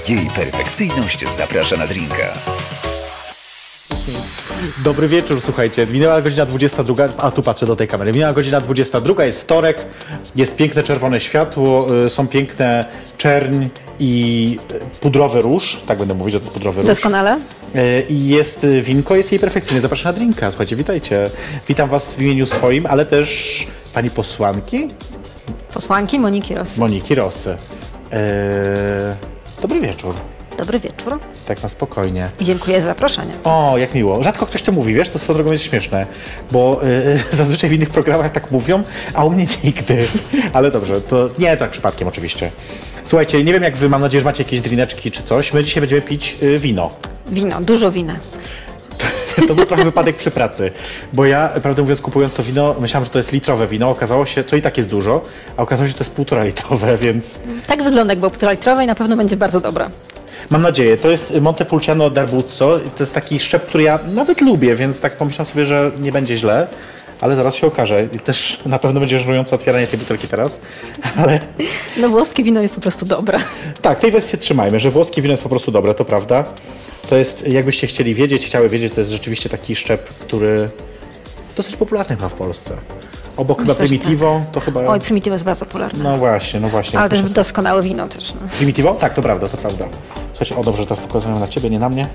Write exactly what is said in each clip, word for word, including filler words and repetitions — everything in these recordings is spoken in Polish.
Jej perfekcyjność zaprasza na drinka. Dobry wieczór, słuchajcie. Minęła godzina dwudziesta druga, a tu patrzę do tej kamery. Minęła godzina dwudziesta druga, jest wtorek, jest piękne czerwone światło, są piękne czerń i pudrowy róż. Tak będę mówić, że to pudrowy róż. Doskonale. I jest winko, jest jej perfekcyjnie. Zapraszam na drinka. Słuchajcie, witajcie. Witam was w imieniu swoim, ale też pani posłanki. Posłanki Moniki Rosy. Moniki Rosy. Eee, dobry wieczór. Dobry wieczór. Tak na spokojnie. I dziękuję za zaproszenie. O, jak miło. Rzadko ktoś to mówi, wiesz, to swoją drogą jest śmieszne, bo yy, zazwyczaj w innych programach tak mówią, a u mnie nigdy. Ale dobrze, to nie tak przypadkiem oczywiście. Słuchajcie, nie wiem jak wy, mam nadzieję, że macie jakieś drineczki czy coś. My dzisiaj będziemy pić yy, wino. Wino, dużo wina. To był trochę wypadek przy pracy, bo ja, prawdę mówiąc, kupując to wino, myślałam, że to jest litrowe wino, okazało się, co i tak jest dużo, a okazało się, że to jest półtora litrowe, więc... Tak wygląda, jak było półtora litrowe i na pewno będzie bardzo dobra. Mam nadzieję. To jest Montepulciano d'Arbuzzo. To jest taki szczep, który ja nawet lubię, więc tak pomyślałem sobie, że nie będzie źle, ale zaraz się okaże. I też na pewno będzie żenujące otwieranie tej butelki teraz, ale... No włoskie wino jest po prostu dobre. Tak, tej wersji trzymajmy, że włoskie wino jest po prostu dobre, to prawda. To jest, jakbyście chcieli wiedzieć, chciały wiedzieć, to jest rzeczywiście taki szczep, który dosyć popularny chyba w Polsce. Obok Myślę, chyba Primitivo, tak. To chyba... Oj, Primitivo jest bardzo popularne. No właśnie, no właśnie. Ale też jest... doskonałe wino też. No. Primitivo? Tak, to prawda, to prawda. Słuchajcie, o dobrze, teraz pokazuję na ciebie, nie na mnie.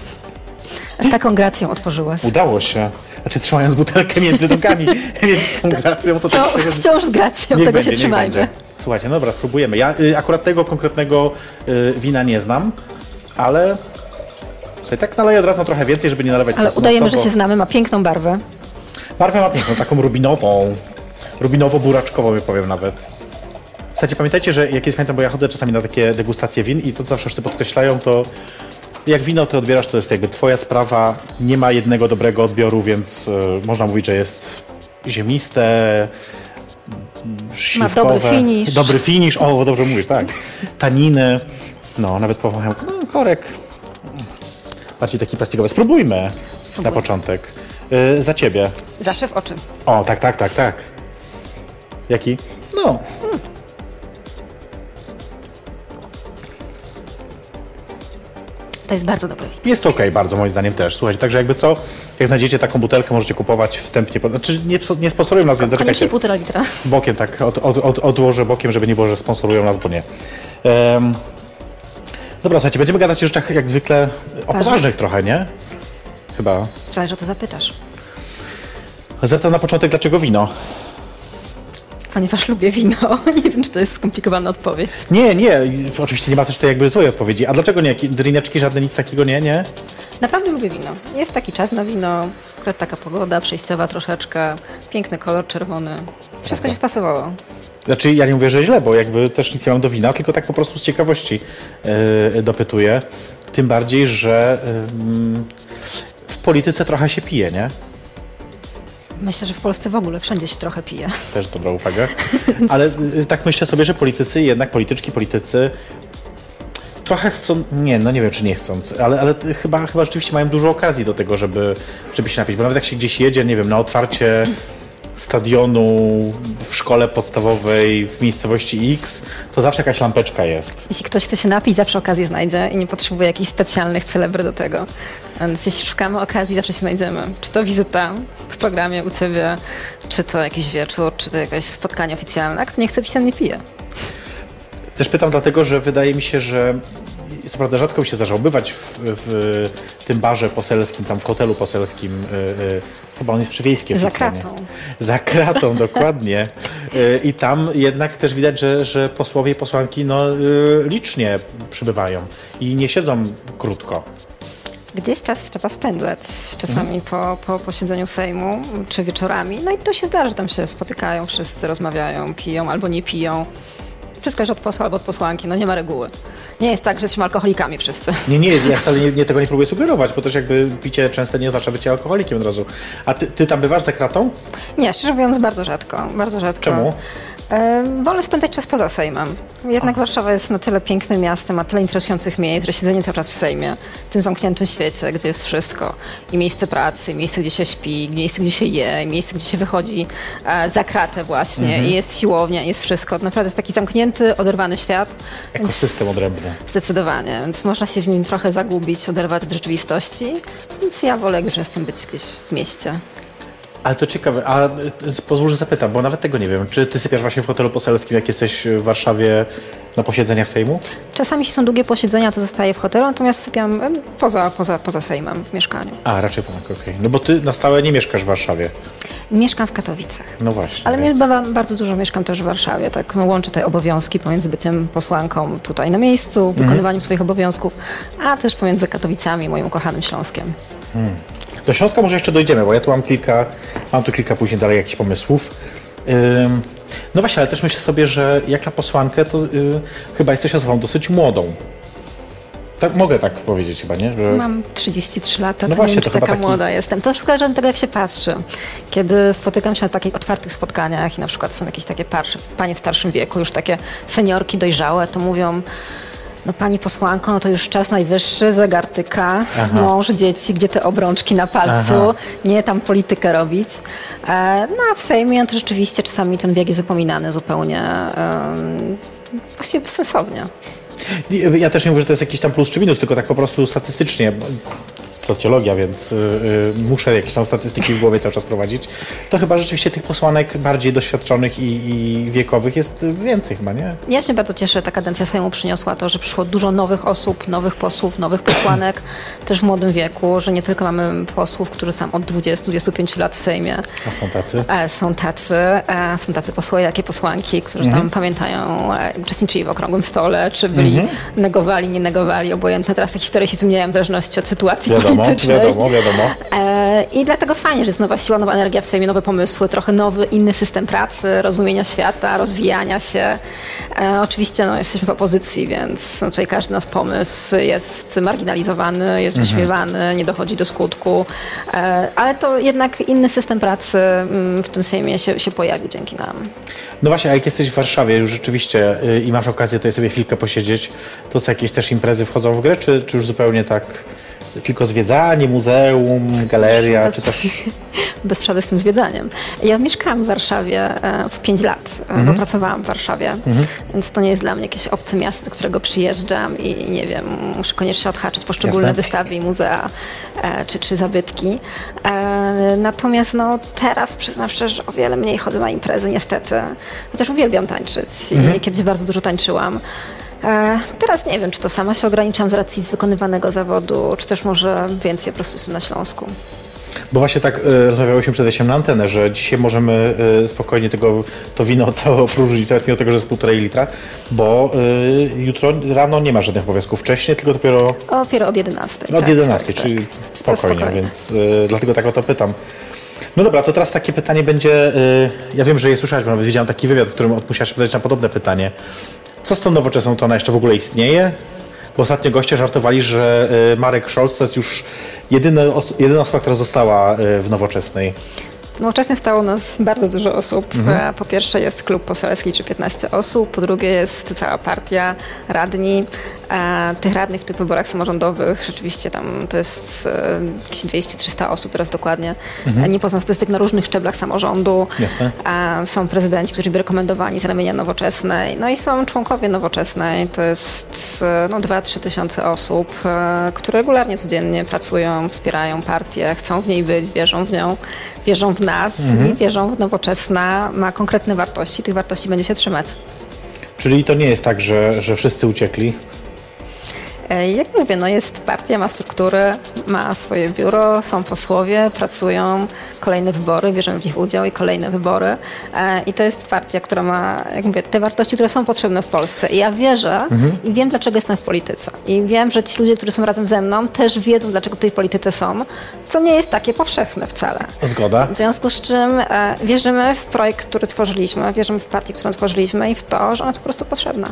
Z taką gracją otworzyłaś. Udało się. Znaczy trzymając butelkę między nogami, więc z tą gracją to Wciąż, tak... Wciąż z gracją, niech tego będzie, się trzymajmy. Będzie. Słuchajcie, no dobra, spróbujemy. Ja y, akurat tego konkretnego y, wina nie znam, ale... Słuchaj, tak naleję od razu trochę więcej, żeby nie nalewać... Ale udajemy, że się znamy, ma piękną barwę. Barwę ma piękną, taką rubinową. Rubinowo-buraczkową, ja powiem nawet. Słuchajcie, pamiętajcie, że jak jest, pamiętam, bo ja chodzę czasami na takie degustacje win i to, co zawsze wszyscy podkreślają, to jak wino ty odbierasz, to jest jakby twoja sprawa. Nie ma jednego dobrego odbioru, więc y, można mówić, że jest ziemiste, śliwkowe. Ma dobry finish. Dobry finish, o, dobrze mówisz, tak. Taniny, no, nawet powącham, no, korek. Bardziej taki plastikowy. Spróbujmy, Spróbuj. na początek. Yy, za ciebie. Zawsze w oczy. O, tak, tak, tak, tak. Jaki? No. Hmm. To jest bardzo dobre wino. Jest okej, okay, bardzo moim zdaniem też. Słuchajcie, także jakby co, jak znajdziecie taką butelkę, możecie kupować wstępnie. Znaczy nie, nie sponsorują nas, więc zaczekajcie. Półtora litra. Bokiem, tak, od, od, od, odłożę bokiem, żeby nie było, że sponsorują nas, bo nie. Um, dobra, słuchajcie, będziemy gadać o rzeczach jak zwykle o poważnych trochę, nie? Chyba. Zależy, o to zapytasz. Zapytam na początek, dlaczego wino? Ponieważ lubię wino. Nie wiem, czy to jest skomplikowana odpowiedź. Nie, nie. Oczywiście nie ma też tej jakby złej odpowiedzi. A dlaczego nie? Drineczki, żadne nic takiego, nie? Nie? Naprawdę lubię wino. Jest taki czas na wino, akurat taka pogoda przejściowa troszeczkę, piękny kolor czerwony. Wszystko się wpasowało. Znaczy, ja nie mówię, że źle, bo jakby też nic nie mam do wina, tylko tak po prostu z ciekawości yy, dopytuję. Tym bardziej, że yy, w polityce trochę się pije, nie? Myślę, że w Polsce w ogóle wszędzie się trochę pije. Też dobra uwaga. Ale yy, tak myślę sobie, że politycy, jednak polityczki, politycy trochę chcą, nie, no nie wiem, czy nie chcą, ale, ale chyba, chyba rzeczywiście mają dużo okazji do tego, żeby, żeby się napić. Bo nawet jak się gdzieś jedzie, nie wiem, na otwarcie stadionu w szkole podstawowej w miejscowości X, to zawsze jakaś lampeczka jest. Jeśli ktoś chce się napić, zawsze okazję znajdzie i nie potrzebuje jakichś specjalnych celebry do tego. Więc jeśli szukamy okazji, zawsze się znajdziemy. Czy to wizyta w programie u ciebie, czy to jakiś wieczór, czy to jakieś spotkanie oficjalne. A kto nie chce pić, ten nie pije. Też pytam dlatego, że wydaje mi się, że co prawda rzadko mi się zdarzało bywać w, w tym barze poselskim, tam w hotelu poselskim, yy, yy, chyba on jest przywiejski. Za kratą. Za kratą, dokładnie. Yy, I tam jednak też widać, że, że posłowie i posłanki no, yy, licznie przybywają i nie siedzą krótko. Gdzieś czas trzeba spędzać, czasami po, po posiedzeniu Sejmu, czy wieczorami. No i to się zdarza, że tam się spotykają, wszyscy rozmawiają, piją albo nie piją. Wszystko jest od posła albo od posłanki, no nie ma reguły. Nie jest tak, że jesteśmy alkoholikami wszyscy. Nie, nie, ja wcale nie, nie, tego nie próbuję sugerować, bo też jakby picie częste nie oznacza bycie alkoholikiem od razu. A ty, ty tam bywasz za kratą? Nie, szczerze mówiąc bardzo rzadko, bardzo rzadko. Czemu? E, wolę spędzać czas poza Sejmem. Jednak o. Warszawa jest na tyle pięknym miastem, ma tyle interesujących miejsc, że siedzenie cały czas w Sejmie, w tym zamkniętym świecie, gdzie jest wszystko. I miejsce pracy, i miejsce, gdzie się śpi, miejsce, gdzie się je, i miejsce, gdzie się wychodzi e, za kratę właśnie. Mhm. I jest siłownia, jest wszystko. Naprawdę jest taki zamknięty, oderwany świat. Ekosystem odrębny. Zdecydowanie. Więc można się w nim trochę zagubić, oderwać od rzeczywistości. Więc ja wolę, jak już jestem, być gdzieś w mieście. Ale to ciekawe, a pozwól, że zapytam, bo nawet tego nie wiem. Czy ty sypiasz właśnie w hotelu poselskim, jak jesteś w Warszawie na posiedzeniach Sejmu? Czasami, jeśli są długie posiedzenia, to zostaję w hotelu, natomiast sypiam poza, poza, poza Sejmem, w mieszkaniu. A, raczej tak, okej. Okay. No bo ty na stałe nie mieszkasz w Warszawie. Mieszkam w Katowicach. No właśnie. Ale więc... bardzo, bardzo dużo mieszkam też w Warszawie. Tak, no, łączę te obowiązki pomiędzy byciem posłanką tutaj na miejscu, mhm. wykonywaniem swoich obowiązków, a też pomiędzy Katowicami i moim ukochanym Śląskiem. Hmm. Do Śląska może jeszcze dojdziemy, bo ja tu mam kilka, mam tu kilka później dalej jakichś pomysłów. Ym, no właśnie, ale też myślę sobie, że jak na posłankę, to yy, chyba jesteś osobą dosyć młodą. Tak, mogę tak powiedzieć chyba, nie? Że... Mam trzydzieści trzy lata, no to właśnie, nie wiem, czy taka taki... młoda jestem. To zależy od tego, jak się patrzy. Kiedy spotykam się na takich otwartych spotkaniach i na przykład są jakieś takie parsze, panie w starszym wieku, już takie seniorki dojrzałe, to mówią: no pani posłanko, no to już czas najwyższy, zegar tyka, Aha. mąż, dzieci, gdzie te obrączki na palcu, Aha. nie tam politykę robić. E, no a w Sejmie to rzeczywiście czasami ten wiek jest upominany zupełnie, um, właściwie bezsensownie. Ja też nie mówię, że to jest jakiś tam plus czy minus, tylko tak po prostu statystycznie. Socjologia, więc y, y, muszę jakieś tam statystyki w głowie cały czas prowadzić. To chyba rzeczywiście tych posłanek bardziej doświadczonych i, i wiekowych jest więcej chyba, nie? Ja się bardzo cieszę, że ta kadencja Sejmu przyniosła to, że przyszło dużo nowych osób, nowych posłów, nowych posłanek, też w młodym wieku, że nie tylko mamy posłów, którzy są od dwudziestu do dwudziestu pięciu lat w Sejmie. A są tacy? E, są tacy, e, są tacy posłowie, takie posłanki, którzy mhm. tam pamiętają, e, uczestniczyli w okrągłym stole, czy byli mhm. negowali, nie negowali, obojętne. Teraz te historie się zmieniają w zależności od sytuacji Wiadomo. Wiadomo, wiadomo. E, I dlatego fajnie, że jest nowa siła, nowa energia w Sejmie, nowe pomysły, trochę nowy, inny system pracy, rozumienia świata, rozwijania się. E, oczywiście no, jesteśmy w opozycji, więc no, tutaj każdy nasz pomysł jest marginalizowany, jest mhm. wyśmiewany, nie dochodzi do skutku, e, ale to jednak inny system pracy m, w tym Sejmie się, się pojawi dzięki nam. No właśnie, a jak jesteś w Warszawie już rzeczywiście y, i masz okazję tutaj sobie chwilkę posiedzieć, to co, jakieś też imprezy wchodzą w grę, czy, czy już zupełnie tak... Tylko zwiedzanie, muzeum, galeria, bez, czy też... Bez przesady z tym zwiedzaniem. Ja mieszkałam w Warszawie w pięć lat, mhm. bo pracowałam w Warszawie, mhm. więc to nie jest dla mnie jakieś obce miasto, do którego przyjeżdżam i nie wiem, muszę koniecznie odhaczyć poszczególne Jasne. wystawy i muzea czy, czy zabytki. Natomiast no, teraz przyznam szczerze, że o wiele mniej chodzę na imprezy, niestety. Chociaż uwielbiam tańczyć mhm. i kiedyś bardzo dużo tańczyłam. E, teraz nie wiem, czy to sama się ograniczam z racji z wykonywanego zawodu, czy też może więcej po prostu jestem na Śląsku. Bo właśnie tak e, rozmawiałyśmy przed wejściem na antenę, że dzisiaj możemy e, spokojnie tego, to wino całe opróżnić, nawet mimo tego, że jest półtorej litra, bo e, jutro rano nie ma żadnych obowiązków, wcześniej, tylko dopiero... O, dopiero od jedenastej. Od tak, jedenastej, tak, czyli tak. spokojnie, spokojnie, więc e, dlatego tak o to pytam. No dobra, to teraz takie pytanie będzie, e, ja wiem, że je słyszałeś, bo nawet widziałem taki wywiad, w którym musiałeś pytać na podobne pytanie. Co z tą nowoczesną, to ona jeszcze w ogóle istnieje? Bo ostatnio goście żartowali, że Marek Scholz to jest już jedyny os- jedyna osoba, która została w nowoczesnej. Nowoczesnie stało nas bardzo dużo osób. Mhm. Po pierwsze jest klub poselski, czy piętnaście osób, po drugie jest cała partia, radni. E, tych radnych w tych wyborach samorządowych rzeczywiście tam to jest e, jakieś dwieście trzysta osób teraz dokładnie. Mhm. Nie poznam statystyk na różnych szczeblach samorządu. Jasne. E, są prezydenci, którzy byli rekomendowani z ramienia Nowoczesnej. No i są członkowie Nowoczesnej. To jest e, no, dwa trzy tysiące osób, e, które regularnie codziennie pracują, wspierają partię, chcą w niej być, wierzą w nią, wierzą w nas mhm. i wierzą w Nowoczesna, ma konkretne wartości, tych wartości będzie się trzymać. Czyli to nie jest tak, że, że wszyscy uciekli? Jak mówię, no jest partia, ma struktury, ma swoje biuro, są posłowie, pracują, kolejne wybory, bierzemy w nich udział i kolejne wybory. I to jest partia, która ma, jak mówię, te wartości, które są potrzebne w Polsce. I ja wierzę mhm. i wiem, dlaczego jestem w polityce. I wiem, że ci ludzie, którzy są razem ze mną, też wiedzą, dlaczego w tej polityce są, co nie jest takie powszechne wcale. Zgoda. W związku z czym e, wierzymy w projekt, który tworzyliśmy, wierzymy w partię, którą tworzyliśmy i w to, że ona jest po prostu potrzebna.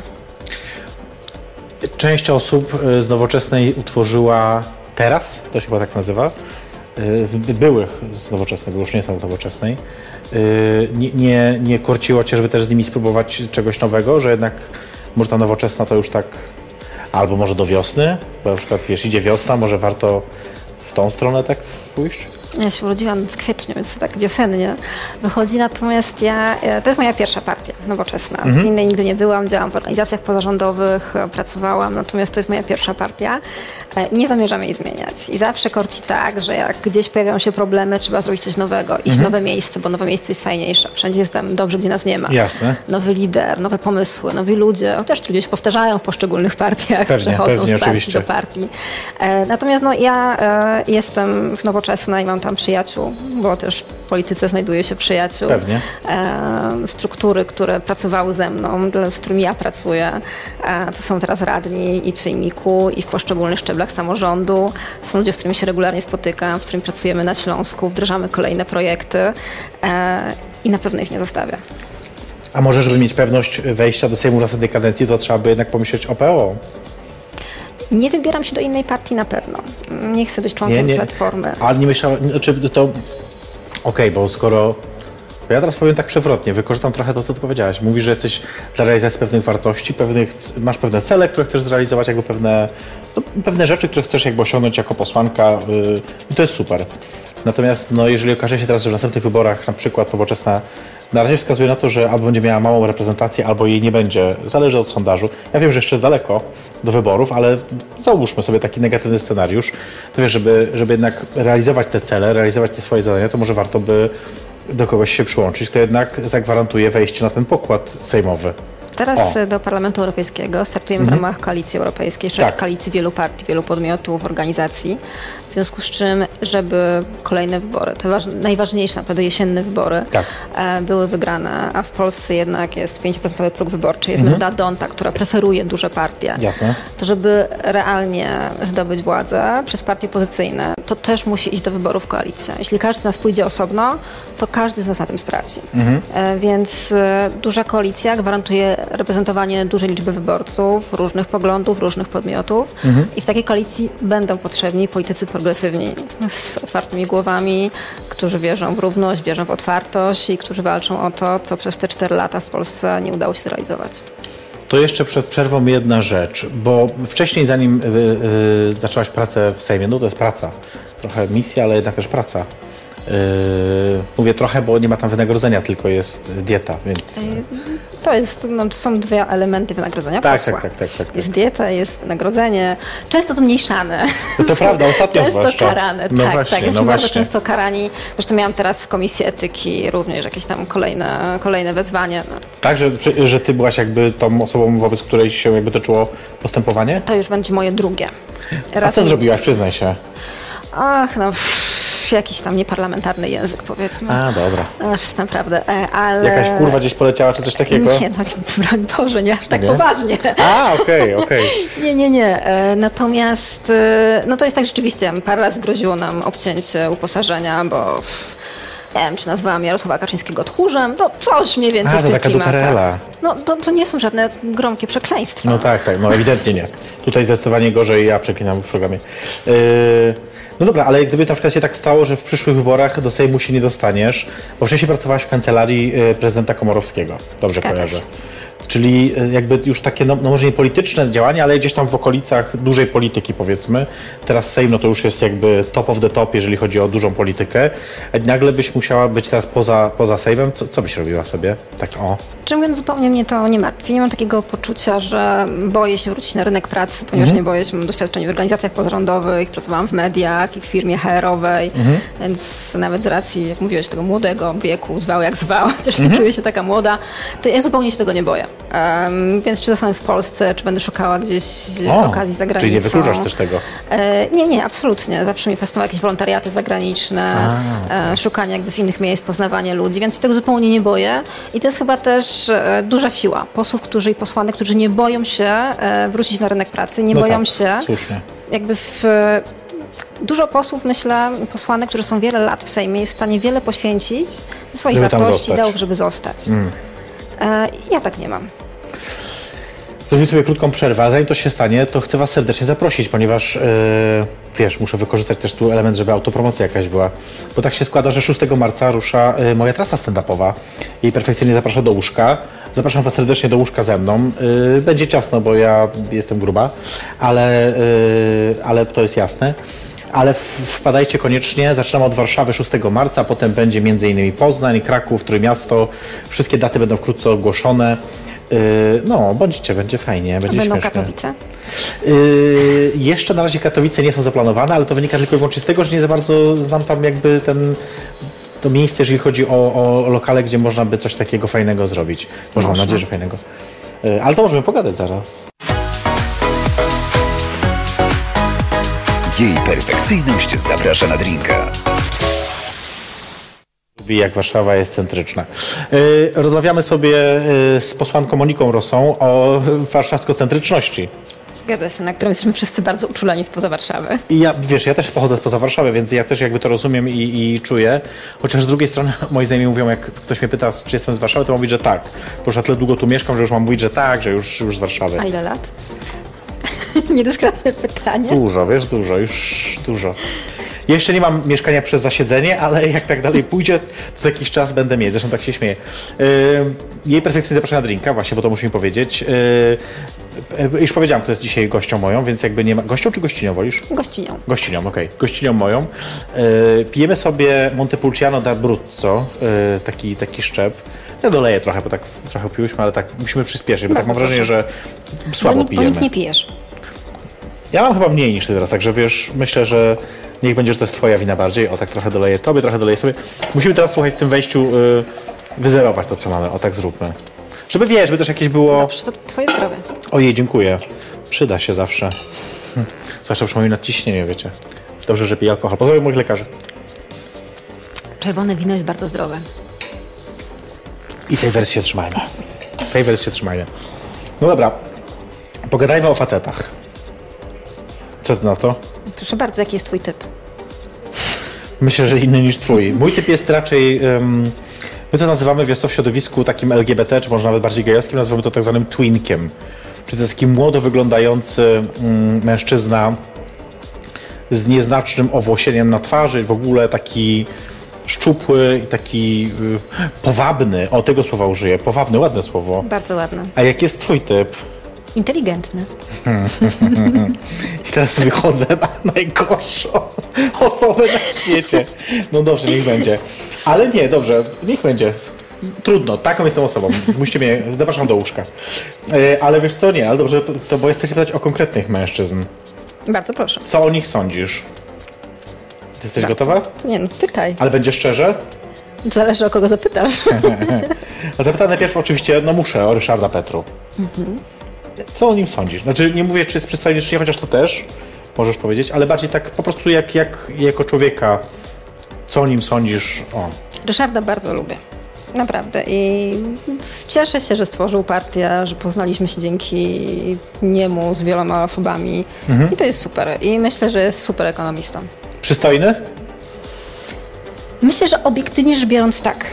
Część osób z Nowoczesnej utworzyła teraz, to się chyba tak nazywa, yy, byłych z Nowoczesnej, bo już nie są w Nowoczesnej, yy, nie, nie, nie korciło cię, żeby też z nimi spróbować czegoś nowego, że jednak może ta Nowoczesna to już tak, albo może do wiosny, bo na przykład wiesz, idzie wiosna, może warto w tą stronę tak pójść? Ja się urodziłam w kwietniu, więc tak wiosennie wychodzi, natomiast ja, to jest moja pierwsza partia nowoczesna. Mhm. W innej nigdy nie byłam, działam w organizacjach pozarządowych, pracowałam, natomiast to jest moja pierwsza partia. Nie zamierzam jej zmieniać. I zawsze korci tak, że jak gdzieś pojawiają się problemy, trzeba zrobić coś nowego, iść mhm. w nowe miejsce, bo nowe miejsce jest fajniejsze. Wszędzie jest tam dobrze, gdzie nas nie ma. Jasne. Nowy lider, nowe pomysły, nowi ludzie, chociaż ci ludzie się powtarzają w poszczególnych partiach, pewnie, przechodzą pewnie, z partii oczywiście. do partii. Natomiast no, ja jestem w Nowoczesnej i mam tam przyjaciół, bo też w polityce znajduje się przyjaciół. Pewnie. E, struktury, które pracowały ze mną, z którymi ja pracuję, e, to są teraz radni i w sejmiku, i w poszczególnych szczeblach samorządu. Są ludzie, z którymi się regularnie spotykam, z którymi pracujemy na Śląsku, wdrażamy kolejne projekty e, i na pewno ich nie zostawię. A może, żeby mieć pewność wejścia do Sejmu w następnej kadencji, to trzeba by jednak pomyśleć o P O? Nie wybieram się do innej partii na pewno. Nie chcę być członkiem nie, nie. Platformy. Ale nie myślałem, znaczy to... Okej, okay, bo skoro... Bo ja teraz powiem tak przewrotnie, wykorzystam trochę to, co ty powiedziałaś. Mówisz, że jesteś dla realizacji pewnych wartości, pewnych, masz pewne cele, które chcesz zrealizować, jakby pewne, no, pewne rzeczy, które chcesz jakby osiągnąć jako posłanka yy, i to jest super. Natomiast no, jeżeli okaże się teraz, że w następnych wyborach na przykład Nowoczesna na razie wskazuje na to, że albo będzie miała małą reprezentację, albo jej nie będzie. Zależy od sondażu. Ja wiem, że jeszcze jest daleko do wyborów, ale załóżmy sobie taki negatywny scenariusz. To wiesz, żeby, żeby jednak realizować te cele, realizować te swoje zadania, to może warto by do kogoś się przyłączyć, kto jednak zagwarantuje wejście na ten pokład sejmowy. Teraz o. do Parlamentu Europejskiego startujemy mhm. w ramach Koalicji Europejskiej, czyli tak. koalicji wielu partii, wielu podmiotów, organizacji. W związku z czym, żeby kolejne wybory, te waż- najważniejsze naprawdę jesienne wybory tak. e, były wygrane, a w Polsce jednak jest pięć procent próg wyborczy, jest mhm. metoda Donta, która preferuje duże partie. Jasne. To żeby realnie zdobyć władzę przez partie opozycyjne, to też musi iść do wyborów koalicja. Jeśli każdy z nas pójdzie osobno, to każdy z nas na tym straci. Mhm. E, więc e, duża koalicja gwarantuje reprezentowanie dużej liczby wyborców, różnych poglądów, różnych podmiotów mhm. i w takiej koalicji będą potrzebni politycy progresywni z otwartymi głowami, którzy wierzą w równość, wierzą w otwartość i którzy walczą o to, co przez te cztery lata w Polsce nie udało się zrealizować. To jeszcze przed przerwą jedna rzecz, bo wcześniej zanim y, y, zaczęłaś pracę w Sejmie, no to jest praca, trochę misja, ale jednak też praca. Yy, mówię trochę, bo nie ma tam wynagrodzenia, tylko jest dieta, więc... To jest, no, to są dwa elementy wynagrodzenia tak, posła. Tak, tak, tak, tak, tak. Jest dieta, jest wynagrodzenie, często to mniejszane. No to prawda, ostatnio często zwłaszcza. karane, no tak, właśnie, tak. Jesteśmy no bardzo właśnie. często karani. Zresztą miałam teraz w Komisji Etyki również jakieś tam kolejne, kolejne wezwanie. No. Tak, że, że ty byłaś jakby tą osobą, wobec której się jakby toczyło postępowanie? To już będzie moje drugie. Raz A co mi... zrobiłaś? Przyznaj się. Ach, no... jakiś tam nieparlamentarny język, powiedzmy. A, dobra. Aż naprawdę, ale... Jakaś kurwa gdzieś poleciała, czy coś takiego? Nie, no broń Boże, nie aż tak nie? poważnie. A, okej, okay, okej. Okay. Nie, nie, nie. Natomiast, no to jest tak rzeczywiście, parę razy groziło nam obcięcie uposażenia, bo... Nie wiem, czy nazwałam Jarosława Kaczyńskiego tchórzem, no coś mniej więcej A, w tych taka klimatach. duperela. No to, to nie są żadne gromkie przekleństwa. No tak, tak, no ewidentnie nie. Tutaj zdecydowanie gorzej ja przeklinam w programie. Yy, no dobra, ale gdyby na przykład się tak stało, że w przyszłych wyborach do Sejmu się nie dostaniesz, bo wcześniej pracowałaś w kancelarii prezydenta Komorowskiego, dobrze Zgadza kojarzę. się. Czyli jakby już takie, no, no może nie polityczne działania, ale gdzieś tam w okolicach dużej polityki, powiedzmy. Teraz Sejm, no to już jest jakby top of the top, jeżeli chodzi o dużą politykę. A nagle byś musiała być teraz poza, poza Sejmem. Co, co byś robiła sobie? Tak o. Czym mówiąc, zupełnie mnie to nie martwi. Nie mam takiego poczucia, że boję się wrócić na rynek pracy, ponieważ mm-hmm. nie boję się, mam doświadczenie w organizacjach pozarządowych, pracowałam w mediach i w firmie H R-owej, mm-hmm. więc nawet z racji, jak mówiłeś, tego młodego wieku, zwał jak zwał, też nie mm-hmm. czuję się taka młoda, to ja zupełnie się tego nie boję. Um, więc czy zostanę w Polsce, czy będę szukała gdzieś o, okazji za granicą. Czyli nie wykluczasz też tego? E, nie, nie, absolutnie. Zawsze mi fascynowały jakieś wolontariaty zagraniczne, A, okay. e, szukanie jakby w innych miejsc, poznawanie ludzi, więc tego zupełnie nie boję. I to jest chyba też e, duża siła posłów, którzy i posłanek, którzy nie boją się e, wrócić na rynek pracy, nie no boją tak, się słusznie. jakby w... Dużo posłów, myślę, posłanek, którzy są wiele lat w Sejmie, jest w stanie wiele poświęcić swoich żeby wartości, ideałów, żeby zostać. Mm. E, ja tak nie mam. zrobimy sobie krótką przerwę, a zanim to się stanie, to chcę was serdecznie zaprosić, ponieważ yy, wiesz, muszę wykorzystać też tu element, żeby autopromocja jakaś była, bo tak się składa, że szóstego marca rusza yy, moja trasa stand-upowa i perfekcyjnie zapraszam do łóżka. Zapraszam was serdecznie do łóżka ze mną. Yy, będzie ciasno, bo ja jestem gruba, ale, yy, ale to jest jasne. Ale wpadajcie koniecznie, zaczynamy od Warszawy szóstego marca, potem będzie m.in. Poznań, Kraków, Trójmiasto. Wszystkie daty będą wkrótce ogłoszone. Yy, no, bądźcie, będzie fajnie, będzie Będą śmiesznie. Katowice? Yy, jeszcze na razie Katowice nie są zaplanowane, ale to wynika tylko i wyłącznie z tego, że nie za bardzo znam tam jakby ten... to miejsce, jeżeli chodzi o, o lokale, gdzie można by coś takiego fajnego zrobić. Może mam nadzieję, że fajnego. Yy, ale to możemy pogadać zaraz. Jej perfekcyjność zaprasza na drinka. Lubi, jak Warszawa jest centryczna. Yy, rozmawiamy sobie yy, z posłanką Moniką Rosą o warszawsko-centryczności. Zgadza się, na którym jesteśmy wszyscy bardzo uczuleni spoza Warszawy. I ja, wiesz, ja też pochodzę spoza Warszawy, więc ja też jakby to rozumiem i, i czuję. Chociaż z drugiej strony moi znajomi mówią, jak ktoś mnie pyta, czy jestem z Warszawy, to mówię, że tak. Bo już na tyle długo tu mieszkam, że już mam mówić, że tak, że już, już z Warszawy. A ile lat? Niedyskretne pytanie. Dużo, wiesz, dużo, już dużo. Ja jeszcze nie mam mieszkania przez zasiedzenie, ale jak tak dalej pójdzie, to za jakiś czas będę mieć. Zresztą tak się śmieję. Yy, jej perfekcyjnie zapraszam na drinka, właśnie, bo to muszę mi powiedzieć. Yy, już powiedziałam, kto jest dzisiaj gością moją, więc jakby nie ma... Gością czy gościnią wolisz? Gościnią. Gościnią, okej. Okay. Gościnią moją. Yy, pijemy sobie Montepulciano d'Abruzzo, yy, taki, taki szczep. Ja doleję trochę, bo tak trochę piłyśmy, ale tak musimy przyspieszyć, bo Bardzo tak mam wrażenie, proszę. że słabo bo, ni- pijemy. bo nic nie pijesz. Ja mam chyba mniej niż ty teraz, także wiesz, myślę, że niech będzie, że to jest twoja wina bardziej. O, tak trochę doleję tobie, trochę doleję sobie. Musimy teraz, słuchaj, w tym wejściu yy, wyzerować to, co mamy. O, tak zróbmy. Żeby, wiesz, żeby też jakieś było... Dobrze, to twoje zdrowie. Ojej, dziękuję. Przyda się zawsze. Hm. Zwłaszcza przy moim nadciśnieniu, wiecie. Dobrze, że piję alkohol. Pozdrawiam moich lekarzy. Czerwone wino jest bardzo zdrowe. I tej wersji się trzymajmy. Tej wersji się trzymajmy. No dobra, pogadajmy o facetach. Co ty na to? Proszę bardzo, jaki jest twój typ? Myślę, że inny niż twój. Mój typ jest raczej... Um, my to nazywamy, wiesz co, w środowisku takim L G B T, czy może nawet bardziej gejowskim, nazywamy to tak zwanym twinkiem. Czyli to jest taki młodo wyglądający um, mężczyzna z nieznacznym owłosieniem na twarzy, w ogóle taki szczupły i taki y, powabny. O, tego słowa użyję. Powabny, ładne słowo. Bardzo ładne. A jaki jest twój typ? Inteligentny. I teraz wychodzę na najgorszą osobę na świecie. No dobrze, niech będzie. Ale nie, dobrze, niech będzie. Trudno, taką jestem osobą. Musicie mnie, zapraszam do łóżka. E, ale wiesz co, nie, ale dobrze, to bo ja chcę się pytać o konkretnych mężczyzn. Bardzo proszę. Co o nich sądzisz? Ty jesteś Bardzo. gotowa? Nie, no pytaj. Ale będzie szczerze? Zależy, o kogo zapytasz. A zapytam najpierw oczywiście, no muszę, o Ryszarda Petru. Mhm. Co o nim sądzisz? Znaczy nie mówię, czy jest przystojny, czy nie, chociaż to też możesz powiedzieć, ale bardziej tak po prostu jak, jak jako człowieka, co o nim sądzisz? O. Ryszarda bardzo lubię. Naprawdę. I cieszę się, że stworzył partię, że poznaliśmy się dzięki niemu z wieloma osobami. Mhm. I to jest super. I myślę, że jest super ekonomistą. Przystojny? Myślę, że obiektywnie rzecz biorąc tak.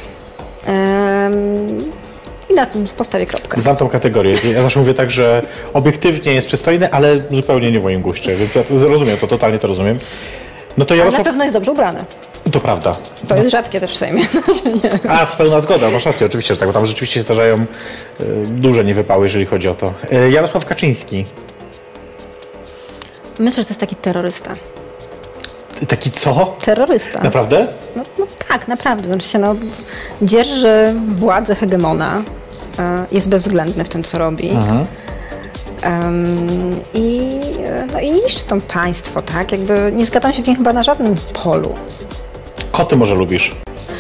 Um, I na tym postawię kropkę. Znam tą kategorię. Ja zawsze mówię tak, że obiektywnie jest przystojny, ale zupełnie nie w moim guście, więc ja rozumiem to, totalnie to rozumiem. No to Ale Jarosław... na pewno jest dobrze ubrany. To prawda. To jest rzadkie też w Sejmie. A, w pełna zgoda, masz rację, oczywiście, że tak, bo tam rzeczywiście się zdarzają y, duże niewypały, jeżeli chodzi o to. Y, Jarosław Kaczyński. Myślę, że to jest taki terrorysta. Taki co? Terrorysta. Naprawdę? No, no tak, naprawdę. Znaczy się, no, dzierży władzę hegemona, e, jest bezwzględny w tym, co robi. Mhm. Um, i, no, I niszczy to państwo, tak? Jakby nie zgadzam się w nim chyba na żadnym polu. Koty może lubisz?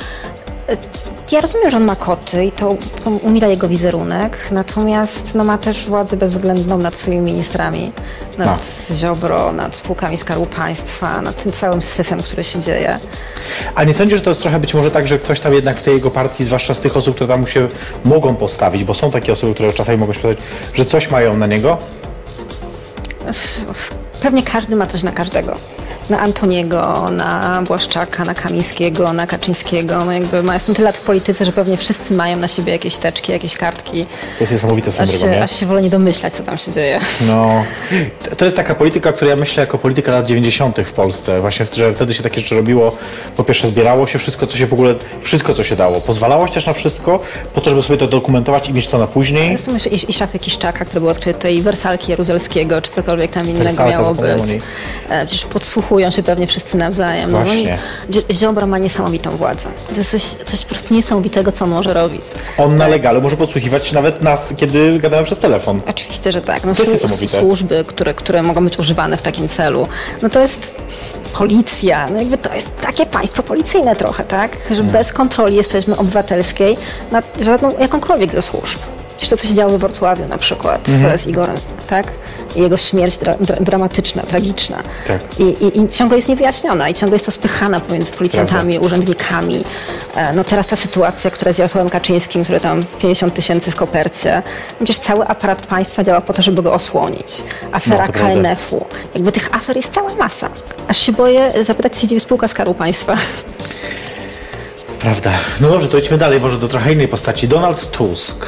Ja rozumiem, że on ma koty i to umila jego wizerunek, natomiast no, ma też władzę bezwzględną nad swoimi ministrami, nad no. Ziobro, nad spółkami Skarbu Państwa, nad tym całym syfem, który się dzieje. A nie sądzisz, że to jest trochę być może tak, że ktoś tam jednak w tej jego partii, zwłaszcza z tych osób, które tam mu się mogą postawić, bo są takie osoby, które czasami mogą się powiedzieć, że coś mają na niego? Pewnie każdy ma coś na każdego. na Antoniego, na Błaszczaka, na Kamińskiego, na Kaczyńskiego. No jakby ma, są tyle lat w polityce, że pewnie wszyscy mają na siebie jakieś teczki, jakieś kartki. To jest niesamowite swoją aż drogą, się, nie? aż się wolę nie domyślać, co tam się dzieje. No, to jest taka polityka, która ja myślę jako polityka lat dziewięćdziesiątych w Polsce. Właśnie, że wtedy się takie rzeczy robiło. Po pierwsze zbierało się wszystko, co się w ogóle, wszystko, co się dało. Pozwalało się też na wszystko, po to, żeby sobie to dokumentować i mieć to na później. Są jeszcze i, i szafy Kiszczaka, które były odkryte, i wersalki Jaruzelskiego, czy cokolwiek tam innego Wersalka, miało być. zapomniałem o niej. E, Przecież podsłuchują się pewnie wszyscy nawzajem. No, Właśnie. oni- Ziobro ma niesamowitą władzę. To jest coś, coś po prostu niesamowitego, co on może robić. On na legalu może podsłuchiwać nawet nas, kiedy gadamy przez telefon. Oczywiście, że tak. No, To jest słu- niesamowite. służby, które, które mogą być używane w takim celu. No to jest policja. No jakby to jest takie państwo policyjne trochę, tak? Że Hmm. bez kontroli jesteśmy obywatelskiej nad żadną, jakąkolwiek ze służb. Przecież to, co się działo we Wrocławiu na przykład Mhm. z Igorem, tak? I jego śmierć dra, dra, dramatyczna, tragiczna. Tak. I, i, I ciągle jest niewyjaśniona i ciągle jest to spychane pomiędzy policjantami, urzędnikami. E, No teraz ta sytuacja, która jest z Jarosławem Kaczyńskim, który tam pięćdziesiąt tysięcy w kopercie. Przecież cały aparat państwa działa po to, żeby go osłonić. Afera No, to K prawda. N F-u. Jakby tych afer jest cała masa. Aż się boję zapytać, czy się dzieje spółka Skarbu Państwa. Prawda. No dobrze, to idźmy dalej, może do trochę innej postaci. Donald Tusk.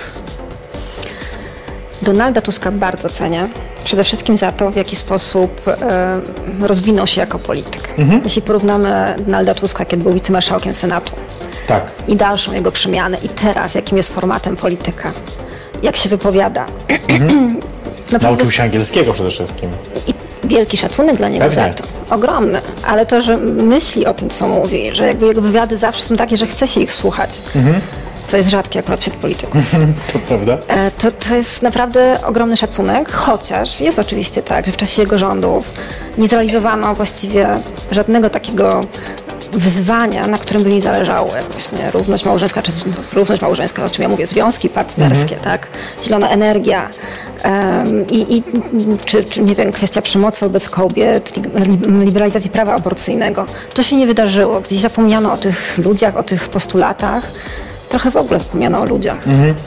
Donalda Tuska bardzo cenię. Przede wszystkim za to, w jaki sposób e, rozwinął się jako polityk. Mhm. Jeśli porównamy Donalda Tuska, kiedy był wicemarszałkiem Senatu, Tak. i dalszą jego przemianę, i teraz, jakim jest formatem polityka, jak się wypowiada. Naprawdę Nauczył się angielskiego przede wszystkim. i wielki szacunek dla niego Pewnie. za to. Ogromny. Ale to, że myśli o tym, co mówi, że jakby jego wywiady zawsze są takie, że chce się ich słuchać, co jest rzadkie akurat wśród polityków. To prawda? E, To, to jest naprawdę ogromny szacunek, chociaż jest oczywiście tak, że w czasie jego rządów nie zrealizowano właściwie żadnego takiego wyzwania, na którym by mi zależało, jak właśnie równość małżeńska, czy równość małżeńska, o czym ja mówię, związki partnerskie, tak, zielona energia em, i, i czy, czy, nie wiem, kwestia przemocy wobec kobiet, li- liberalizacji prawa aborcyjnego. To się nie wydarzyło. Gdzieś zapomniano o tych ludziach, o tych postulatach. Trochę w ogóle zapomniano o ludziach.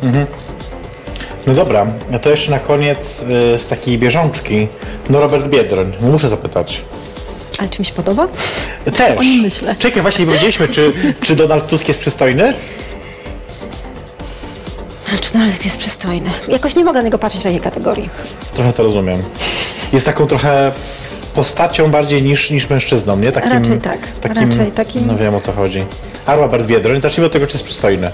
No dobra, to jeszcze na koniec y, z takiej bieżączki. No Robert Biedroń. Muszę zapytać. Ale czy mi się podoba? Też. o nim myślę. Czekaj, właśnie nie powiedzieliśmy, czy, czy Donald Tusk jest przystojny? Czy Donald Tusk jest przystojny? Jakoś nie mogę na niego patrzeć w takiej kategorii. Trochę to rozumiem. Jest taką trochę postacią bardziej niż, niż mężczyzną, nie? Takim, Raczej tak, Takim, raczej takim- No wiem, o co chodzi. A Robert Biedroń, zacznijmy od tego, czy jest przystojny.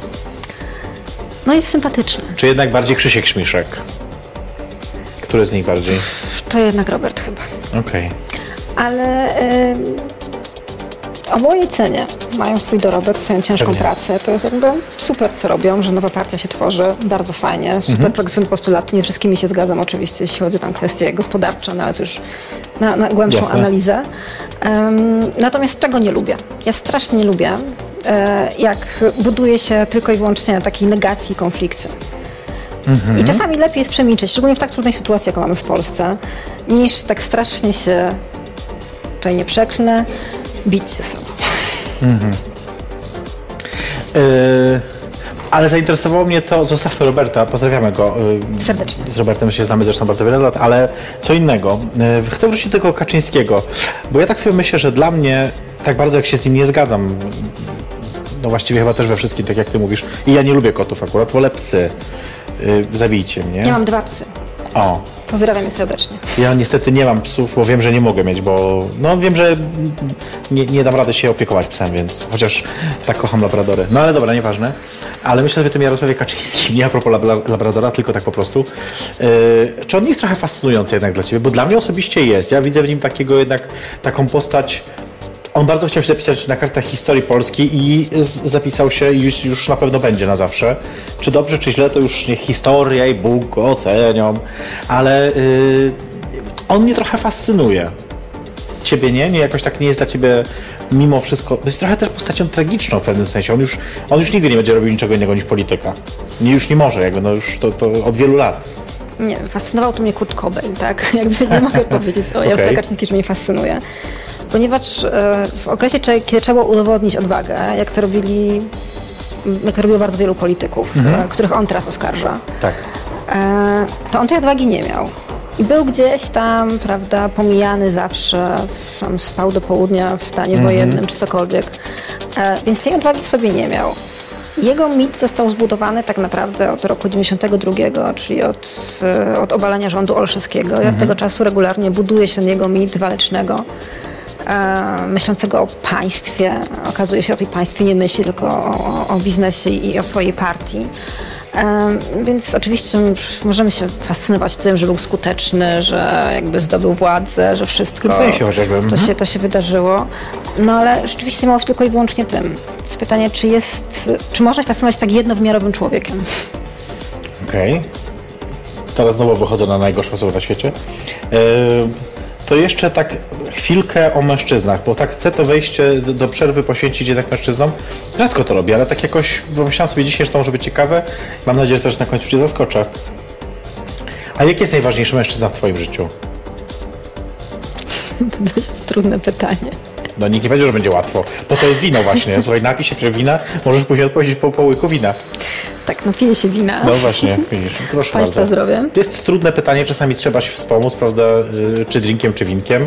No jest sympatyczny. Czy jednak bardziej Krzysiek Śmiszek? Który z nich bardziej? To jednak Robert chyba. Okej. Ale ym, oboje cenię. Mają swój dorobek, swoją ciężką Pewnie. pracę. To jest jakby super, co robią, że nowa partia się tworzy. Bardzo fajnie. Super Mhm. progresywne postulaty. Nie wszystkimi się zgadzam oczywiście, jeśli chodzi tam kwestie gospodarcze, no ale to już na, na głębszą Jasne. analizę. Ym, natomiast tego nie lubię. Ja strasznie nie lubię, e, jak buduje się tylko i wyłącznie na takiej negacji konflikcie. I czasami lepiej jest przemilczeć, szczególnie w tak trudnej sytuacji, jaką mamy w Polsce, niż tak strasznie się, tutaj nie przeklnę, bić ze sobą. Yy, ale zainteresowało mnie to, zostawmy Roberta, pozdrawiamy go. Yy, Serdecznie. Z Robertem się znamy zresztą bardzo wiele lat, ale co innego. Yy, chcę wrócić do tego Kaczyńskiego, bo ja tak sobie myślę, że dla mnie, tak bardzo jak się z nim nie zgadzam, no właściwie chyba też we wszystkim, tak jak ty mówisz, i ja nie lubię kotów akurat, wolę psy. Yy, zabijcie mnie. Ja mam dwa psy. O. Pozdrawiam je serdecznie. Ja niestety nie mam psów, bo wiem, że nie mogę mieć, bo no wiem, że nie, nie dam rady się opiekować psem, więc chociaż tak kocham labradory. No ale dobra, nieważne. Ale myślę sobie o tym Jarosławie Kaczyńskim, nie a propos labra- labradora, tylko tak po prostu. Yy, czy on nie jest trochę fascynujący jednak dla ciebie? Bo dla mnie osobiście jest. Ja widzę w nim takiego jednak, taką postać. On bardzo chciał się zapisać na kartach historii Polski i z- zapisał się i już, już na pewno będzie na zawsze. Czy dobrze, czy źle, to już niech historia i Bóg go ocenią, ale yy, on mnie trochę fascynuje. Ciebie nie? Nie, jakoś tak nie jest dla ciebie mimo wszystko. Jest trochę też postacią tragiczną w pewnym sensie. On już, on już nigdy nie będzie robił niczego innego niż polityka. Nie, już nie może, jego, no już to, to od wielu lat. Nie wiem, fascynował tu mnie Kurt Cobain, tak? Jakby nie mogę powiedzieć o Jarosławie Okej. Kaczyńskim, że mnie fascynuje. Ponieważ e, w okresie, cze- kiedy trzeba było udowodnić odwagę, jak to robili, jak to robiło bardzo wielu polityków, e, których on teraz oskarża, Tak. e, to on tej odwagi nie miał. I był gdzieś tam, prawda, pomijany zawsze, tam spał do południa w stanie mm-hmm. wojennym czy cokolwiek. E, więc tej odwagi w sobie nie miał. Jego mit został zbudowany tak naprawdę od roku dziewięćdziesiątego drugiego, czyli od, od obalenia rządu Olszewskiego. I mm-hmm. od tego czasu regularnie buduje się jego mit walecznego, e, myślącego o państwie. Okazuje się, że o tej państwie nie myśli, tylko o, o biznesie i o swojej partii. Um, więc oczywiście możemy się fascynować tym, że był skuteczny, że jakby zdobył władzę, że wszystko w sensie chociażby. To, się, to się wydarzyło. No ale rzeczywiście mało tylko i wyłącznie tym. Jest pytanie, czy jest, czy można się fascynować tak jednowymiarowym człowiekiem? Okej. Okay. Teraz znowu wychodzę na najgorszą osobę na świecie. Yy, to jeszcze tak chwilkę o mężczyznach, bo tak chcę to wejście do, do przerwy poświęcić jednak mężczyznom. Rzadko to robię, ale tak jakoś pomyślałem sobie dzisiaj, że to może być ciekawe. Mam nadzieję, że też na końcu cię zaskoczę. A jaki jest najważniejszy mężczyzna w twoim życiu? To dość trudne pytanie. No nikt nie powiedział, że będzie łatwo, bo to jest wino właśnie. Słuchaj, napij się pierw wina, możesz później odpowiedzieć po, po łyku wina. Tak, no pije się wina. No właśnie, widzisz, proszę Państwa bardzo. zdrowie. To jest trudne pytanie, czasami trzeba się wspomóc, prawda, czy drinkiem, czy winkiem.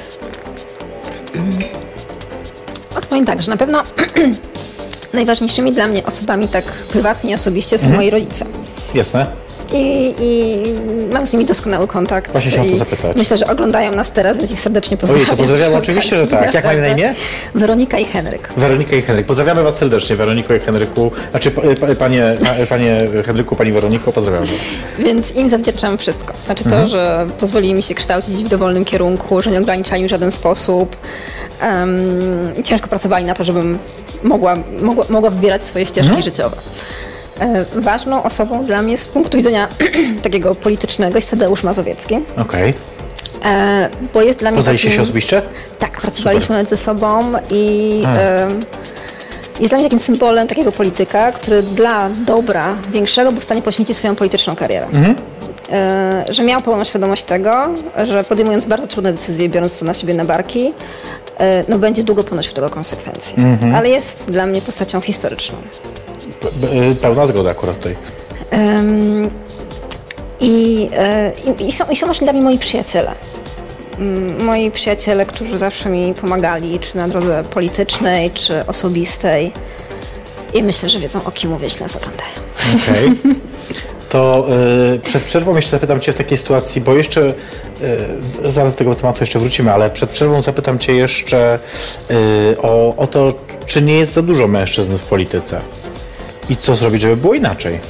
Odpowiem tak, że na pewno najważniejszymi dla mnie osobami tak prywatnie i osobiście są mhm. moi rodzice. Jasne. I, I mam z nimi doskonały kontakt. Właśnie chciałam to zapytać. Myślę, że oglądają nas teraz, więc ich serdecznie pozdrawiam. Ojej, to pozdrawiam oczywiście, że tak. Jak mają na imię? Weronika i Henryk. Weronika i Henryk. Pozdrawiamy was serdecznie, Weroniko i Henryku. Znaczy, panie, panie Henryku, pani Weroniko, pozdrawiam was. Więc im zawdzięczam wszystko. Znaczy to, mhm. że pozwolili mi się kształcić w dowolnym kierunku, że nie ograniczali w żaden sposób. Um, ciężko pracowali na to, żebym mogła, mogła, mogła wybierać swoje ścieżki mhm. życiowe. Ważną osobą dla mnie z punktu widzenia takiego politycznego jest Tadeusz Mazowiecki. Okej. Okay. Bo jest dla mnie Poznaliście takim... się osobiście? Tak, pracowaliśmy Super. ze sobą i e, jest dla mnie takim symbolem takiego polityka, który dla dobra większego był w stanie poświęcić swoją polityczną karierę. Mhm. E, że miał pełną świadomość tego, że podejmując bardzo trudne decyzje, biorąc to na siebie na barki, e, no będzie długo ponosił tego konsekwencje. Mhm. Ale jest dla mnie postacią historyczną. Pełna zgoda akurat tutaj. Um, i, y, i, są, I są właśnie dla mnie moi przyjaciele. Um, moi przyjaciele, którzy zawsze mi pomagali, czy na drodze politycznej, czy osobistej. I myślę, że wiedzą, o kim mówię, źle zaglądają. Okej. Okay. To y, przed przerwą jeszcze zapytam cię w takiej sytuacji, bo jeszcze y, zaraz do tego tematu jeszcze wrócimy, ale przed przerwą zapytam cię jeszcze y, o, o to, czy nie jest za dużo mężczyzn w polityce. I co zrobić, żeby było inaczej?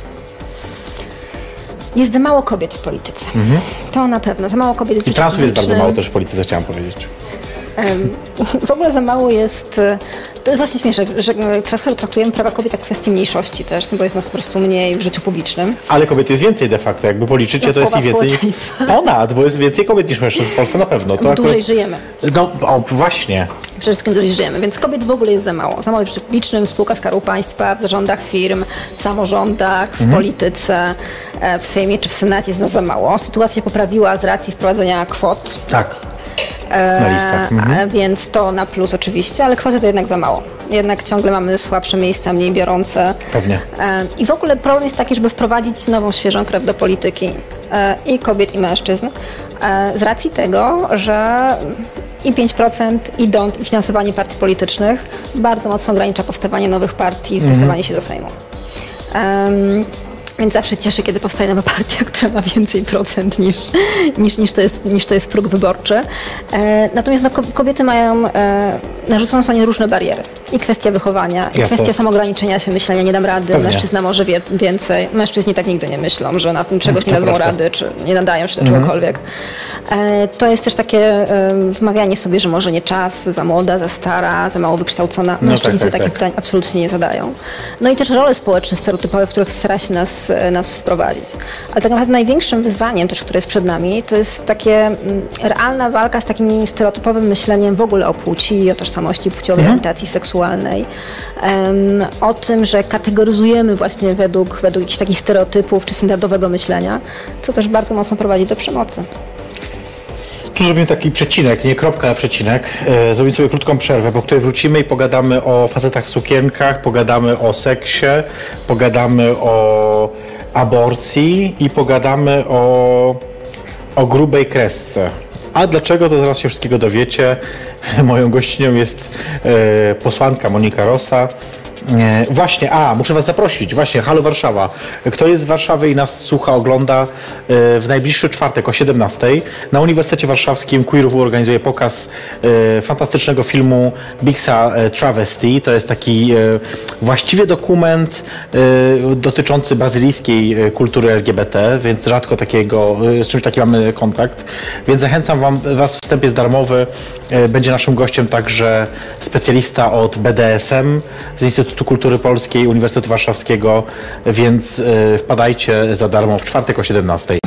Jest za mało kobiet w polityce. Mhm. To na pewno. Za mało kobiet jest. I transów jest bardzo mało też w polityce, chciałam powiedzieć. Um, w ogóle za mało jest... To jest właśnie śmieszne, że trochę traktujemy prawa kobiet jak kwestię mniejszości też, no bo jest nas po prostu mniej w życiu publicznym. Ale kobiet jest więcej de facto, jakby policzycie, no, to jest i więcej. Ponad, bo jest więcej kobiet niż mężczyzn w Polsce na pewno. To bo akurat... dłużej żyjemy. No o, właśnie. Przede wszystkim dłużej żyjemy, więc kobiet w ogóle jest za mało. Za mało w życiu publicznym, w spółkach Skarbu Państwa, w zarządach firm, w samorządach, w mhm. polityce, w Sejmie czy w Senacie jest nas za mało. Sytuacja się poprawiła z racji wprowadzenia kwot. Tak. Na listach. Mhm. Więc to na plus oczywiście, ale kwoty to jednak za mało. Jednak ciągle mamy słabsze miejsca, mniej biorące. Pewnie. I w ogóle problem jest taki, żeby wprowadzić nową, świeżą krew do polityki i kobiet, i mężczyzn. Z racji tego, że i pięć procent, i D O N T, i finansowanie partii politycznych bardzo mocno ogranicza powstawanie nowych partii i dostawanie mhm. się do Sejmu. Um, Więc zawsze cieszę, kiedy powstaje nowa partia, która ma więcej procent niż, niż, niż, to, jest, niż to jest próg wyborczy. E, natomiast no, kobiety mają e, narzucone są nie różne bariery. I kwestia wychowania, i kwestia samograniczenia się, myślenia, nie dam rady, Pewnie. Mężczyzna może wie, więcej. Mężczyźni tak nigdy nie myślą, że nas czegoś nie dadzą rady, czy nie nadają się do mhm. czegokolwiek. E, to jest też takie e, wmawianie sobie, że może nie czas, za młoda, za stara, za mało wykształcona. Mężczyźni no tak, tak, sobie takich tak. pytań absolutnie nie zadają. No i też role społeczne, stereotypowe, w których stara się nas nas wprowadzić. Ale tak naprawdę największym wyzwaniem też, które jest przed nami, to jest takie realna walka z takim stereotypowym myśleniem w ogóle o płci, o tożsamości płciowej, mhm. orientacji seksualnej, um, o tym, że kategoryzujemy właśnie według, według jakichś takich stereotypów czy standardowego myślenia, co też bardzo mocno prowadzi do przemocy. Tu zrobimy taki przecinek, nie kropka, ale przecinek. E, zrobimy sobie krótką przerwę, po której wrócimy i pogadamy o facetach w sukienkach, pogadamy o seksie, pogadamy o aborcji i pogadamy o, o grubej kresce. A dlaczego, to zaraz się wszystkiego dowiecie. Moją gościnią jest e, posłanka Monika Rosa. E, właśnie, a, muszę was zaprosić. Właśnie, Halo Warszawa. Kto jest z Warszawy i nas słucha, ogląda, e, w najbliższy czwartek o siedemnastej na Uniwersytecie Warszawskim Queer W organizuje pokaz e, fantastycznego filmu Bixa e, Travesty. To jest taki e, właściwie dokument e, dotyczący brazylijskiej e, kultury L G B T, więc rzadko takiego, e, z czymś takim mamy kontakt. Więc zachęcam wam, was, wstęp jest darmowy. E, będzie naszym gościem także specjalista od B D S M z Instytutu Kultury Polskiej Uniwersytetu Warszawskiego, więc e, wpadajcie za darmo w czwartek o siedemnastej.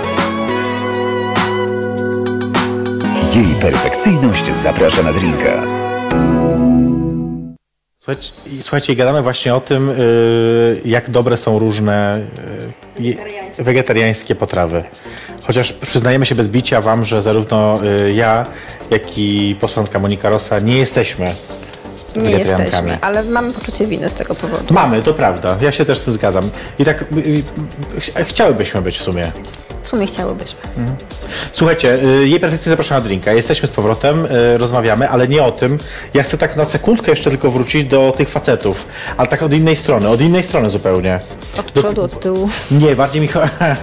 Jej perfekcyjność zaprasza na drinka. Słuchajcie, słuchajcie, gadamy właśnie o tym, y, jak dobre są różne y, wegetariańskie potrawy. Chociaż przyznajemy się bez bicia wam, że zarówno y, ja, jak i posłanka Monika Rosa nie jesteśmy Nie jesteśmy, ale mamy poczucie winy z tego powodu. Mamy, to prawda. Ja się też z tym zgadzam. I tak y, y, ch- chciałybyśmy być w sumie. W sumie chciałybyśmy. Mhm. Słuchajcie, y, jej perfekcyjnie zapraszam na drinka. Jesteśmy z powrotem, y, rozmawiamy, ale nie o tym. Ja chcę tak na sekundkę jeszcze tylko wrócić do tych facetów, ale tak od innej strony, od innej strony zupełnie. Od przodu, do... od tyłu. Nie, bardziej mi...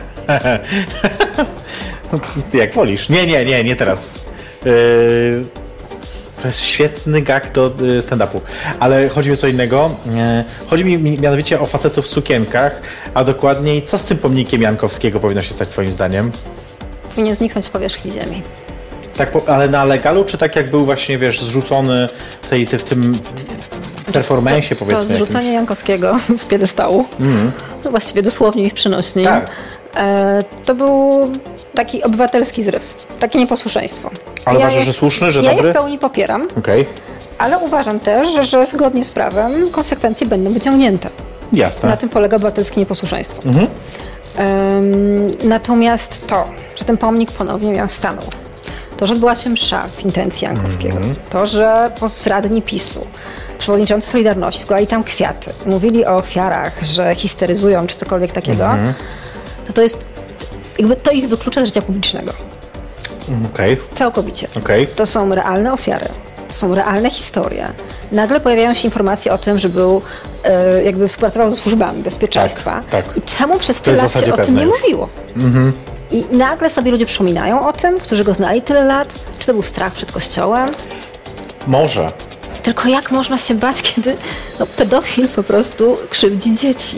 Jak wolisz. Nie, nie, nie, nie teraz. Y... To jest świetny gag do stand-upu. Ale chodzi mi o co innego. Chodzi mi mianowicie o facetów w sukienkach, a dokładniej, co z tym pomnikiem Jankowskiego powinno się stać twoim zdaniem? Powinien zniknąć z powierzchni ziemi. Tak, ale na legalu, czy tak jak był właśnie, wiesz, zrzucony w, tej, w tym performance'ie, to, powiedzmy? To zrzucenie jakimś... Jankowskiego z piedestału, mm. no właściwie dosłownie i w przynośni, tak. e, to był taki obywatelski zryw, takie nieposłuszeństwo. Ale ja uważasz, je, że słuszny, że ja dobry? Ja je w pełni popieram, okay. ale uważam też, że, że zgodnie z prawem konsekwencje będą wyciągnięte. Jasne. Na tym polega obywatelskie nieposłuszeństwo. Mhm. Um, natomiast to, że ten pomnik ponownie miał stanął, to, że odbyła się msza w intencji Jankowskiego, mm-hmm. to, że radni PiSu, przewodniczący Solidarności składali tam kwiaty, mówili o ofiarach, że histeryzują czy cokolwiek takiego, mm-hmm. to to jest, jakby to ich wyklucza z życia publicznego. Okay. Całkowicie. Okay. To są realne ofiary, to są realne historie. Nagle pojawiają się informacje o tym, że był, e, jakby współpracował ze służbami bezpieczeństwa. Tak, tak. I czemu przez tyle lat się o tym nie już. mówiło? Mm-hmm. I nagle sobie ludzie przypominają o tym, którzy go znali tyle lat. Czy to był strach przed kościołem? Może. Tylko jak można się bać, kiedy no, pedofil po prostu krzywdzi dzieci?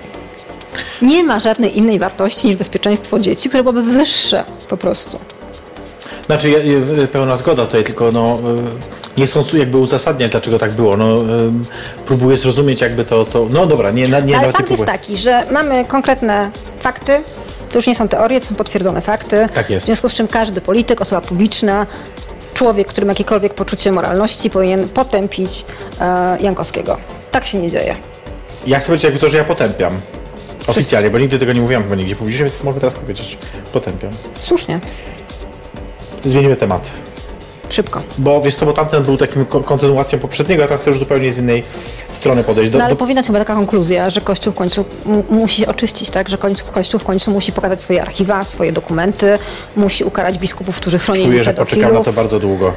Nie ma żadnej innej wartości niż bezpieczeństwo dzieci, które byłoby wyższe po prostu. Znaczy, ja, ja, pełna zgoda tutaj, tylko no, nie chcą jakby uzasadniać, dlaczego tak było. No, próbuję zrozumieć jakby to, to... No dobra, nie, nie Ale fakt jest taki, że mamy konkretne fakty, to już nie są teorie, to są potwierdzone fakty. Tak jest. W związku z czym każdy polityk, osoba publiczna, człowiek, który ma jakiekolwiek poczucie moralności, powinien potępić e, Jankowskiego. Tak się nie dzieje. Ja chcę powiedzieć jakby to, że ja potępiam. Oficjalnie, bo nigdy tego nie mówiłam chyba nigdzie publicznie, więc mogę teraz powiedzieć. Potępiam. Słusznie. Zmienimy temat. Szybko. Bo wiesz co, bo tamten był takim kontynuacją poprzedniego, a teraz chcę już zupełnie z innej strony podejść. Do, no ale do... powinna chyba taka konkluzja, że Kościół w końcu m- musi oczyścić, tak? Że Kościół w końcu musi pokazać swoje archiwa, swoje dokumenty, musi ukarać biskupów, którzy chronili Czuję, że pedofilów. poczekam na to bardzo długo.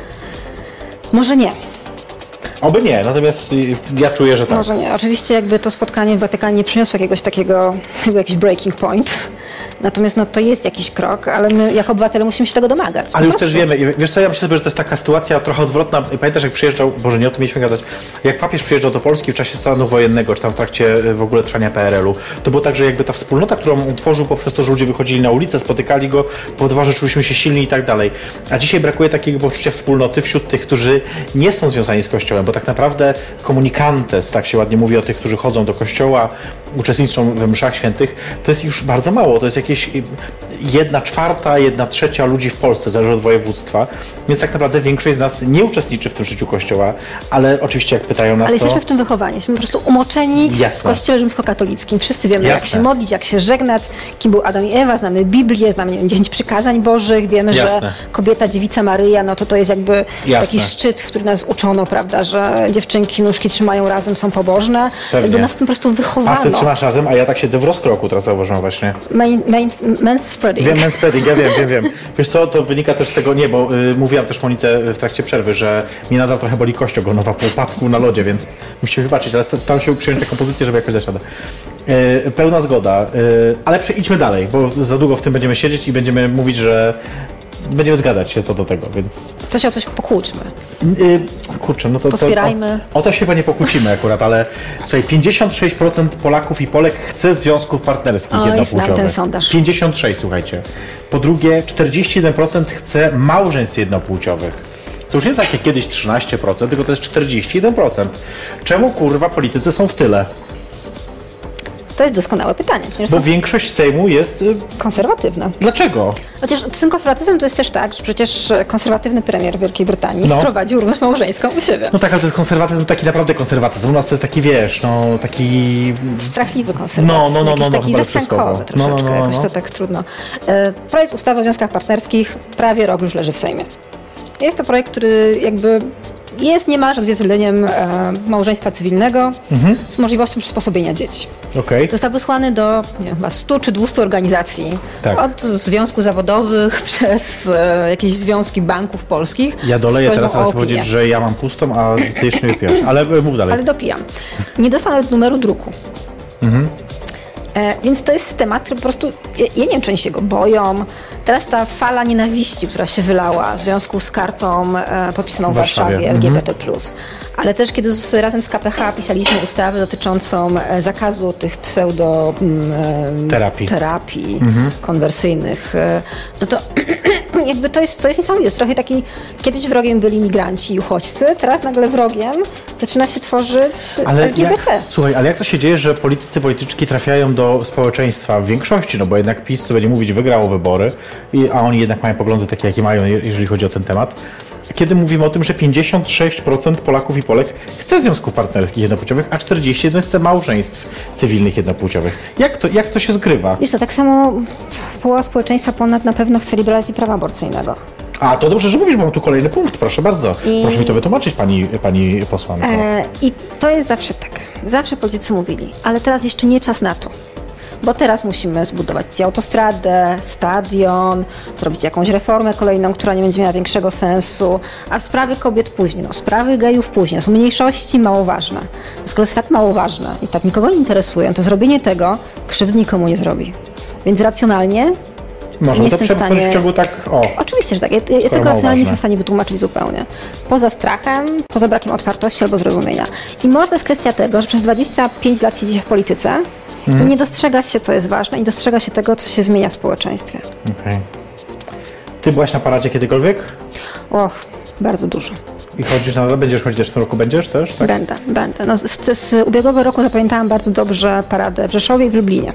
Może nie. Oby nie, natomiast ja czuję, że tak. Może nie. Oczywiście jakby to spotkanie w Watykanie nie przyniosło jakiegoś takiego, jakby jakiś breaking point. Natomiast no, to jest jakiś krok, ale my jako obywatele musimy się tego domagać. Ale już też wiemy. Wiesz co, ja myślę sobie, że to jest taka sytuacja trochę odwrotna. Pamiętasz, jak przyjeżdżał, Boże, nie o tym mieliśmy gadać, jak papież przyjeżdżał do Polski w czasie stanu wojennego, czy tam w trakcie w ogóle trwania P R L-u, to było tak, że jakby ta wspólnota, którą on tworzył poprzez to, że ludzie wychodzili na ulicę, spotykali go, powodowała, że czuliśmy się silni i tak dalej. A dzisiaj brakuje takiego poczucia wspólnoty wśród tych, którzy nie są związani z Kościołem, bo tak naprawdę komunikantes, tak się ładnie mówi o tych, którzy chodzą do kościoła, uczestniczą we mszach świętych, to jest już bardzo mało. To jest jakieś jedna czwarta, jedna trzecia ludzi w Polsce, zależy od województwa. Więc tak naprawdę większość z nas nie uczestniczy w tym życiu Kościoła, ale oczywiście jak pytają nas, ale to... jesteśmy w tym wychowani, jesteśmy po prostu umoczeni Jasne. w Kościele rzymskokatolickim. Wszyscy wiemy, Jasne. jak się modlić, jak się żegnać, kim był Adam i Ewa, znamy Biblię, znamy nie wiem, dziesięć przykazań bożych, wiemy, Jasne. że kobieta, dziewica Maryja, no to to jest jakby Jasne. taki szczyt, w który nas uczono, prawda, że dziewczynki nóżki trzymają razem, są pobożne. Pewnie. Jakby nas w tym po prostu wychowano. A w tym trzymasz razem, a ja tak siedzę w rozkroku, teraz zauważyłam właśnie. Main, main, men's spreading. Wiem, men's spreading, ja wiem, wiem, wiem. Wiesz co, to wynika też z tego, nie, bo y, mówiłam też Monice w trakcie przerwy, że mnie nadal trochę boli kość ogonowa po upadku na lodzie, więc musicie wybaczyć, ale staram się przyjąć taką pozycję, żeby jakoś dać radę. Y, pełna zgoda, y, ale idźmy dalej, bo za długo w tym będziemy siedzieć i będziemy mówić, że będziemy zgadzać się co do tego, więc... Coś o coś pokłóćmy. Yy, kurczę, no to... Pospierajmy. To, o, o to się chyba nie pokłócimy akurat, ale słuchaj, pięćdziesiąt sześć procent Polaków i Polek chce związków partnerskich O, jednopłciowych. znam ten sondaż. pięćdziesiąt sześć, słuchajcie. Po drugie, czterdzieści jeden procent chce małżeństw jednopłciowych. To już nie tak jak kiedyś trzynaście procent, tylko to jest czterdzieści jeden procent. Czemu, kurwa, politycy są w tyle? To jest doskonałe pytanie. Bo Są większość Sejmu jest... konserwatywne. Dlaczego? Chociaż z tym konserwatyzmem to jest też tak, że przecież konserwatywny premier Wielkiej Brytanii No. wprowadził równość małżeńską u siebie. No tak, ale to jest konserwatyzm, taki naprawdę konserwatyzm. U nas to jest taki, wiesz, no taki... Strachliwy konserwatyzm, No, no, no, jakiś no, no, taki chyba jest zastrzenkowy wszystko. No, troszeczkę, no, no, no. jakoś to tak trudno. E, projekt ustawy o związkach partnerskich prawie rok już leży w Sejmie. Jest to projekt, który jakby jest niemalże odzwierciedleniem e, małżeństwa cywilnego mhm. z możliwością przysposobienia dzieci. Okay. Został wysłany do nie wiem, chyba stu czy dwustu organizacji, tak. od związków zawodowych przez e, jakieś związki banków polskich. Ja doleję teraz, ale chcę powiedzieć, że ja mam pustą, a ty jeszcze nie wypijasz. Ale mów dalej. Ale dopijam. Nie dostał nawet numeru druku. Mhm. E, więc to jest temat, który po prostu, ja, ja nie wiem, czy oni się go boją. Teraz ta fala nienawiści, która się wylała w związku z kartą e, podpisaną w Warszawie, Warszawie L G B T plus. Mhm. Ale też kiedy z, razem z K P H pisaliśmy ustawę dotyczącą e, zakazu tych pseudo e, terapii, terapii mhm. konwersyjnych, e, no to jakby to jest, to jest niesamowite. Jest trochę taki, kiedyś wrogiem byli migranci i uchodźcy, teraz nagle wrogiem zaczyna się tworzyć ale L G B T. Jak, słuchaj, ale jak to się dzieje, że politycy, polityczki trafiają do społeczeństwa w większości, no bo jednak PiS, co będzie mówić, wygrało wybory, i, a oni jednak mają poglądy takie, jakie mają, jeżeli chodzi o ten temat. Kiedy mówimy o tym, że pięćdziesiąt sześć procent Polaków i Polek chce związków partnerskich jednopłciowych, a czterdzieści jeden procent chce małżeństw cywilnych jednopłciowych. Jak to, jak to się zgrywa? Wiesz co, tak samo połowa społeczeństwa ponad na pewno chce liberalizacji prawa aborcyjnego. A, to dobrze, że mówisz, bo mam tu kolejny punkt, proszę bardzo. I... Proszę mi to wytłumaczyć, pani, pani posłanko. E, I to jest zawsze tak. Zawsze politycy mówili, ale teraz jeszcze nie czas na to. Bo teraz musimy zbudować autostradę, stadion, zrobić jakąś reformę kolejną, która nie będzie miała większego sensu, a sprawy kobiet później, no sprawy gejów później, są mniejszości mało ważne. Skoro jest tak mało ważne i tak nikogo nie interesuje, to zrobienie tego krzywdy nikomu nie zrobi. Więc racjonalnie można to przeprowadzić stanie... w ciągu tak, o. Oczywiście, że tak. Ja, ja tego racjonalnie nie jestem w stanie wytłumaczyć zupełnie. Poza strachem, poza brakiem otwartości albo zrozumienia. I może to jest kwestia tego, że przez dwadzieścia pięć lat siedzi się w polityce mhm. i nie dostrzega się, co jest ważne, i dostrzega się tego, co się zmienia w społeczeństwie. Okay. Ty byłaś na paradzie kiedykolwiek? Och, bardzo dużo. I chodzisz nadal? Będziesz chodzić też w tym roku? Będziesz też? Tak? Będę, będę. No, z, z ubiegłego roku zapamiętałam bardzo dobrze paradę w Rzeszowie i w Lublinie.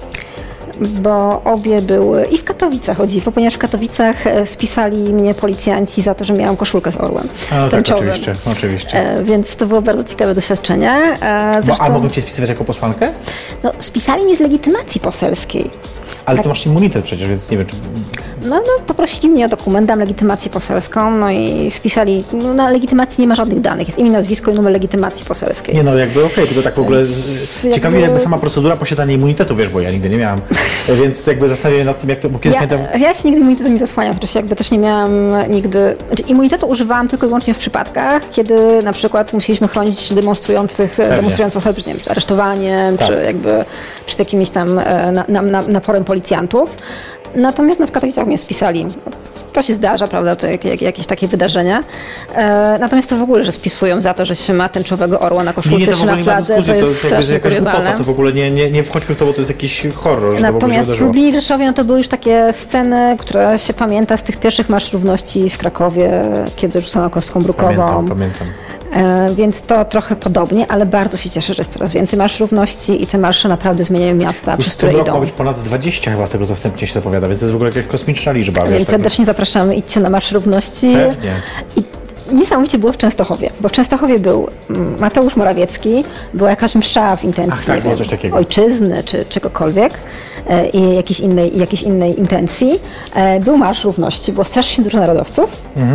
Bo obie były i w Katowicach o dziwo, ponieważ w Katowicach spisali mnie policjanci za to, że miałam koszulkę z orłem. A, no tak, oczywiście, oczywiście. E, więc to było bardzo ciekawe doświadczenie. E, zresztą, Bo, a mogą cię spisywać jako posłankę? No, spisali mnie z legitymacji poselskiej. Ale tak. ty masz immunitet przecież, więc nie wiem, czy... No, no, poprosili mnie o dokument, dam legitymację poselską, no i spisali, no na legitymacji nie ma żadnych danych, jest imię, nazwisko i numer legitymacji poselskiej. Nie no, jakby okej, okay, tylko tak w ogóle z... jakby... ciekawi jakby sama procedura posiadania immunitetu, wiesz, bo ja nigdy nie miałam, więc jakby zastanawiam się nad tym, jak to, bo kiedyś ja, pamiętam... Ja się nigdy immunitetu nie zasłaniam, chociaż jakby też nie miałam nigdy, znaczy immunitetu używałam tylko i wyłącznie w przypadkach, kiedy na przykład musieliśmy chronić demonstrujących, demonstrujące osoby przed, nie wiem, czy aresztowaniem, tak. czy jakby przed jakimś tam na, na, na, naporem policjantów. Natomiast no, w Katowicach mnie spisali. To się zdarza, prawda, to jak, jak, jakieś takie wydarzenia. E, natomiast to w ogóle, że spisują za to, że się ma tęczowego orła na koszulce nie, nie, czy na fladze, to jest strasznie kuriozalne. To w ogóle nie, nie, nie wchodźmy w to, bo to jest jakiś horror. Natomiast w Lublinie i Rzeszowie no, to były już takie sceny, które się pamięta z tych pierwszych marsz równości w Krakowie, kiedy rzucono kostką brukową. Pamiętam, pamiętam. E, więc to trochę podobnie, ale bardzo się cieszę, że jest coraz więcej marsz równości i te marsze naprawdę zmieniają miasta, już przez które idą. Już ma być ponad dwadzieścia chyba z tego zastępnie się zapowiada, więc to jest w ogóle jakaś kosmiczna liczba. Więc wiesz, serdecznie tak... zapraszamy, idźcie na marsz równości. Pewnie. I niesamowicie było w Częstochowie, bo w Częstochowie był Mateusz Morawiecki, była jakaś msza w intencji Ach, tak, było coś takiego. ojczyzny czy czegokolwiek e, i jakiejś innej, jakiejś innej intencji. E, był marsz równości, było strasznie dużo narodowców. Mhm.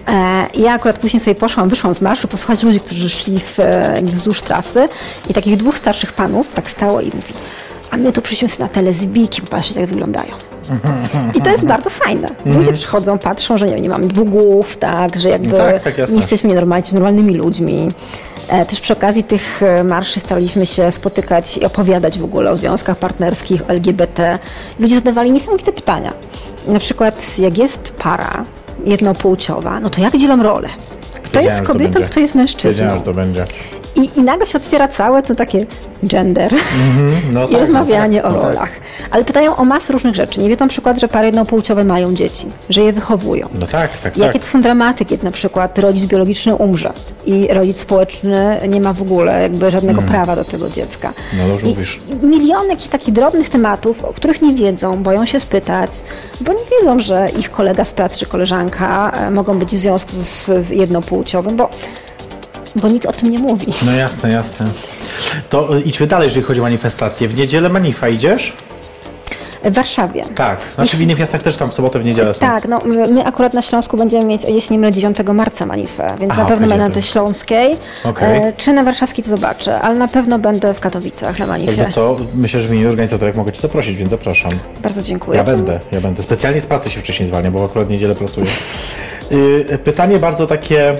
Ja akurat później sobie poszłam, wyszłam z marszu, posłuchać ludzi, którzy szli w, wzdłuż trasy i takich dwóch starszych panów tak stało i mówi, a my tu przyszliśmy na telezbiki, popatrzcie jak wyglądają. I to jest bardzo fajne. Ludzie przychodzą, patrzą, że nie, nie mamy dwóch głów, tak, że jakby tak, tak, nie jesteśmy nienormalni, normalnymi ludźmi. Też przy okazji tych marszy staraliśmy się spotykać i opowiadać w ogóle o związkach partnerskich, o L G B T. Ludzie zadawali niesamowite pytania. Na przykład, jak jest para jednopłciowa, no to jak dzielą rolę? Kto Wiedziałem, jest kobietą, kto jest mężczyzną? Wiedziałem, że to będzie. I, I nagle się otwiera całe to takie gender Mm-hmm, no i tak, rozmawianie no tak, o no rolach. Ale pytają o masę różnych rzeczy. Nie wiedzą na przykład, że pary jednopłciowe mają dzieci, że je wychowują. No tak, tak, Jakie tak. to są dramaty, kiedy na przykład rodzic biologiczny umrze i rodzic społeczny nie ma w ogóle jakby żadnego mm. prawa do tego dziecka. No dobrze I, mówisz. I miliony jakichś takich drobnych tematów, o których nie wiedzą, boją się spytać, bo nie wiedzą, że ich kolega z pracy czy koleżanka mogą być w związku z, z jednopłciowym, bo Bo nikt o tym nie mówi. No jasne, jasne. To idźmy dalej, jeżeli chodzi o manifestacje. W niedzielę Manifa idziesz? W Warszawie. Tak. Znaczy w innych miastach też tam w sobotę, w niedzielę są. Tak, no my akurat na Śląsku będziemy mieć, jeśli nie mylę, dziewiątego marca Manifę, więc Aha, na pewno okej, będę na to- tej śląskiej. Okej. E, czy na warszawskiej to zobaczę, ale na pewno będę w Katowicach na Manifie. Jakby co, myślę, że w imieniu organizatorek mogę Cię zaprosić, więc zapraszam. Bardzo dziękuję. Ja będę, ja będę. Specjalnie z pracy się wcześniej zwalniam, bo akurat w niedzielę pracuję. Y, Pytanie bardzo takie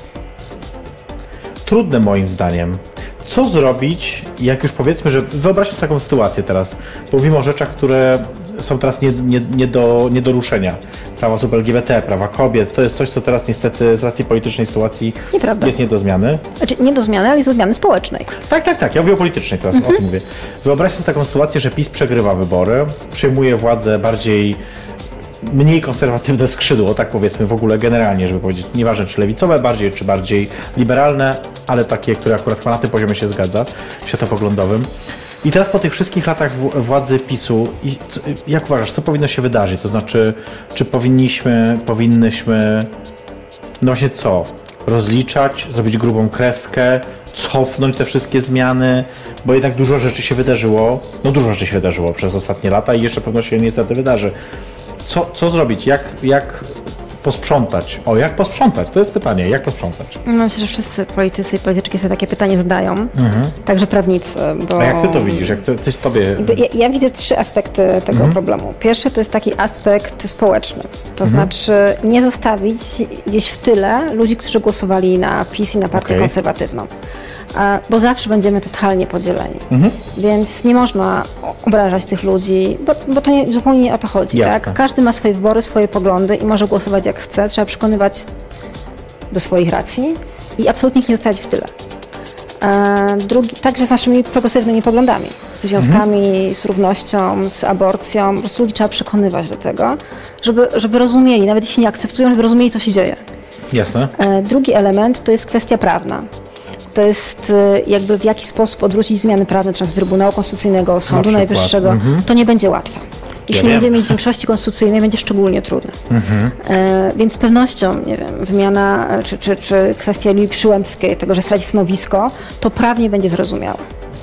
trudne moim zdaniem. Co zrobić, jak już powiedzmy, że wyobraźmy sobie taką sytuację teraz. Mówimy o rzeczach, które są teraz nie, nie, nie, do, nie do ruszenia. Prawa osób L G B T, prawa kobiet. To jest coś, co teraz niestety z racji politycznej sytuacji Nieprawda. jest nie do zmiany. Znaczy nie do zmiany, ale jest do zmiany społecznej. Tak, tak, tak. Ja mówię o politycznej teraz, o tym mówię. Wyobraź sobie taką sytuację, że PiS przegrywa wybory, przejmuje władzę bardziej, mniej konserwatywne skrzydło, tak powiedzmy w ogóle generalnie, żeby powiedzieć, nieważne czy lewicowe bardziej, czy bardziej liberalne, ale takie, które akurat chyba na tym poziomie się zgadza, światopoglądowym. I teraz po tych wszystkich latach w- władzy PiSu, i co, jak uważasz, co powinno się wydarzyć? To znaczy, czy powinniśmy, powinnyśmy, no właśnie co? Rozliczać, zrobić grubą kreskę, cofnąć te wszystkie zmiany, bo jednak dużo rzeczy się wydarzyło, no dużo rzeczy się wydarzyło przez ostatnie lata i jeszcze pewno się niestety wydarzy. Co, co zrobić? Jak, jak posprzątać? O, jak posprzątać? To jest pytanie, jak posprzątać? Myślę, że wszyscy politycy i polityczki sobie takie pytanie zadają, także prawnicy. Bo... A jak ty to widzisz? Jak ty, ty tobie... Ja, ja widzę trzy aspekty tego Mhm. problemu. Pierwszy to jest taki aspekt społeczny. To znaczy nie zostawić gdzieś w tyle ludzi, którzy głosowali na PiS i na partię Okej. konserwatywną. A, bo zawsze będziemy totalnie podzieleni. Mhm. Więc nie można o- obrażać tych ludzi, bo, bo to nie, zupełnie nie o to chodzi. Jasne. Tak? Każdy ma swoje wybory, swoje poglądy i może głosować jak chce. Trzeba przekonywać do swoich racji i absolutnie ich nie zostawiać w tyle. E, drugi, także z naszymi progresywnymi poglądami, z związkami, Mhm. z równością, z aborcją. Po prostu ludzi trzeba przekonywać do tego, żeby, żeby rozumieli, nawet jeśli nie akceptują, żeby rozumieli, co się dzieje. Jasne. E, drugi element to jest kwestia prawna. To jest e, jakby w jaki sposób odwrócić zmiany prawne przez Trybunału Konstytucyjnego, Sądu przykład. Najwyższego. Mhm. To nie będzie łatwe. Jeśli nie wiem. będziemy mieć większości konstytucyjnej, będzie szczególnie trudne. Mhm. E, więc z pewnością, nie wiem, wymiana e, czy, czy, czy kwestia Julii Przyłębskiej, tego, że straci stanowisko, to prawnie będzie zrozumiałe.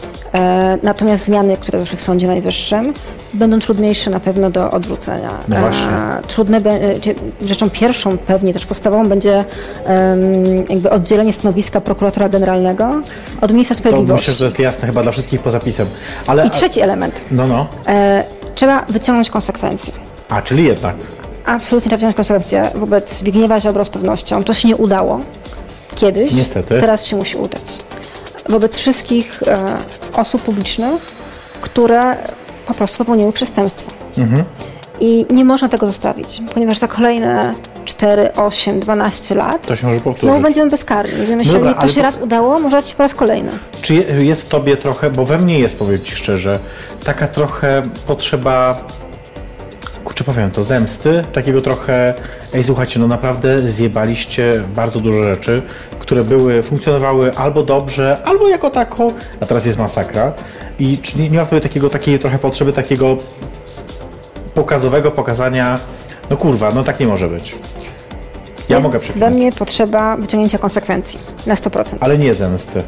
E, natomiast zmiany, które doszły w Sądzie Najwyższym, będą trudniejsze na pewno do odwrócenia. No właśnie. E, trudne, be- e, rzeczą pierwszą pewnie też podstawową będzie em, jakby oddzielenie stanowiska prokuratora generalnego od ministra To sprawiedliwości. myślę, że jest jasne chyba dla wszystkich poza PiS-em. Ale, I trzeci element. No, no. E, trzeba wyciągnąć konsekwencje. A, czyli jednak. Absolutnie trzeba wziąć konsekwencje wobec Zbigniewa Ziobro z pewnością. To się nie udało kiedyś. Niestety. Teraz się musi udać. Wobec wszystkich e, osób publicznych, które po prostu popełniły przestępstwo. Mhm. I nie można tego zostawić, ponieważ za kolejne cztery, osiem, dwanaście lat To się może znowu powtórzyć. będziemy bezkarni. Będziemy myśleli, dobra, to ale się po- raz udało, może dać się po raz kolejny. Czy je- jest w tobie trochę, bo we mnie jest, powiem ci szczerze, taka trochę potrzeba, kurczę powiem to, zemsty, takiego trochę, ej słuchajcie, no naprawdę zjebaliście bardzo dużo rzeczy, które były, funkcjonowały albo dobrze, albo jako tako, a teraz jest masakra. I czy nie, nie ma w tobie takiego, takiej trochę potrzeby takiego pokazowego pokazania, no kurwa, no tak nie może być. Ja Jest mogę we przeklinać, mnie potrzeba wyciągnięcia konsekwencji na sto procent. ale nie zemsty.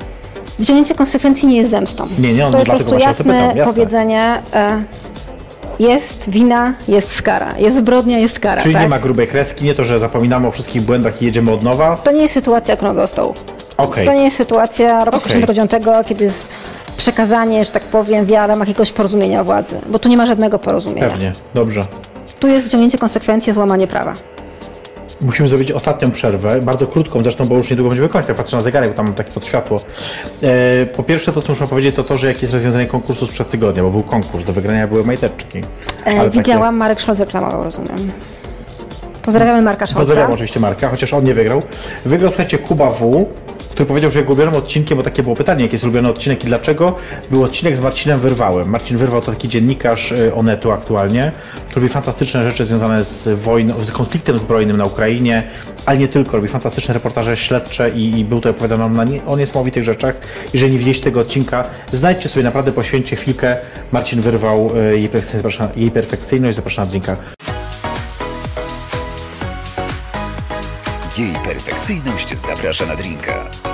Wyciągnięcie konsekwencji nie jest zemstą. Nie, nie, no to jest po dlatego prostu właśnie o to jasne pytam, jasne. powiedzenie, e, Jest wina, jest skara. Jest zbrodnia, jest kara. Czyli tak? nie ma grubej kreski, nie to, że zapominamy o wszystkich błędach i jedziemy od nowa. To nie jest sytuacja okrągłego stołu. Okej. To nie jest sytuacja roku Okej. tysiąc dziewiątego, kiedy jest przekazanie, że tak powiem, w ramach jakiegoś porozumienia władzy. Bo tu nie ma żadnego porozumienia. Pewnie, dobrze. Tu jest wyciągnięcie konsekwencji, złamanie prawa. Musimy zrobić ostatnią przerwę, bardzo krótką zresztą, bo już niedługo będziemy kończyć. Tak patrzę na zegarek, bo tam mam takie podświatło. E, po pierwsze to, co muszę powiedzieć, to to, że jakie jest rozwiązanie konkursu sprzed tygodnia, bo był konkurs, do wygrania były majteczki. E, widziałam, takie... Marek Scholz reklamował, rozumiem. Pozdrawiamy Marka Scholza. Pozdrawiam oczywiście Marka, chociaż on nie wygrał. Wygrał, słuchajcie, Kuba W., który powiedział, że jego ulubionym odcinkiem, bo takie było pytanie, jaki jest ulubiony odcinek i dlaczego, był odcinek z Marcinem Wyrwałem. Marcin Wyrwał to taki dziennikarz Onetu aktualnie, który robi fantastyczne rzeczy związane z wojną, z konfliktem zbrojnym na Ukrainie, ale nie tylko, robi fantastyczne reportaże śledcze i, i był to opowiadany na nie, o niesamowitych rzeczach. Jeżeli nie widzieliście tego odcinka, znajdźcie sobie, naprawdę poświęćcie chwilkę. Marcin Wyrwał, jej perfekcyjność, jej perfekcyjność zapraszam na drinka. Jej perfekcyjność zaprasza na drinka.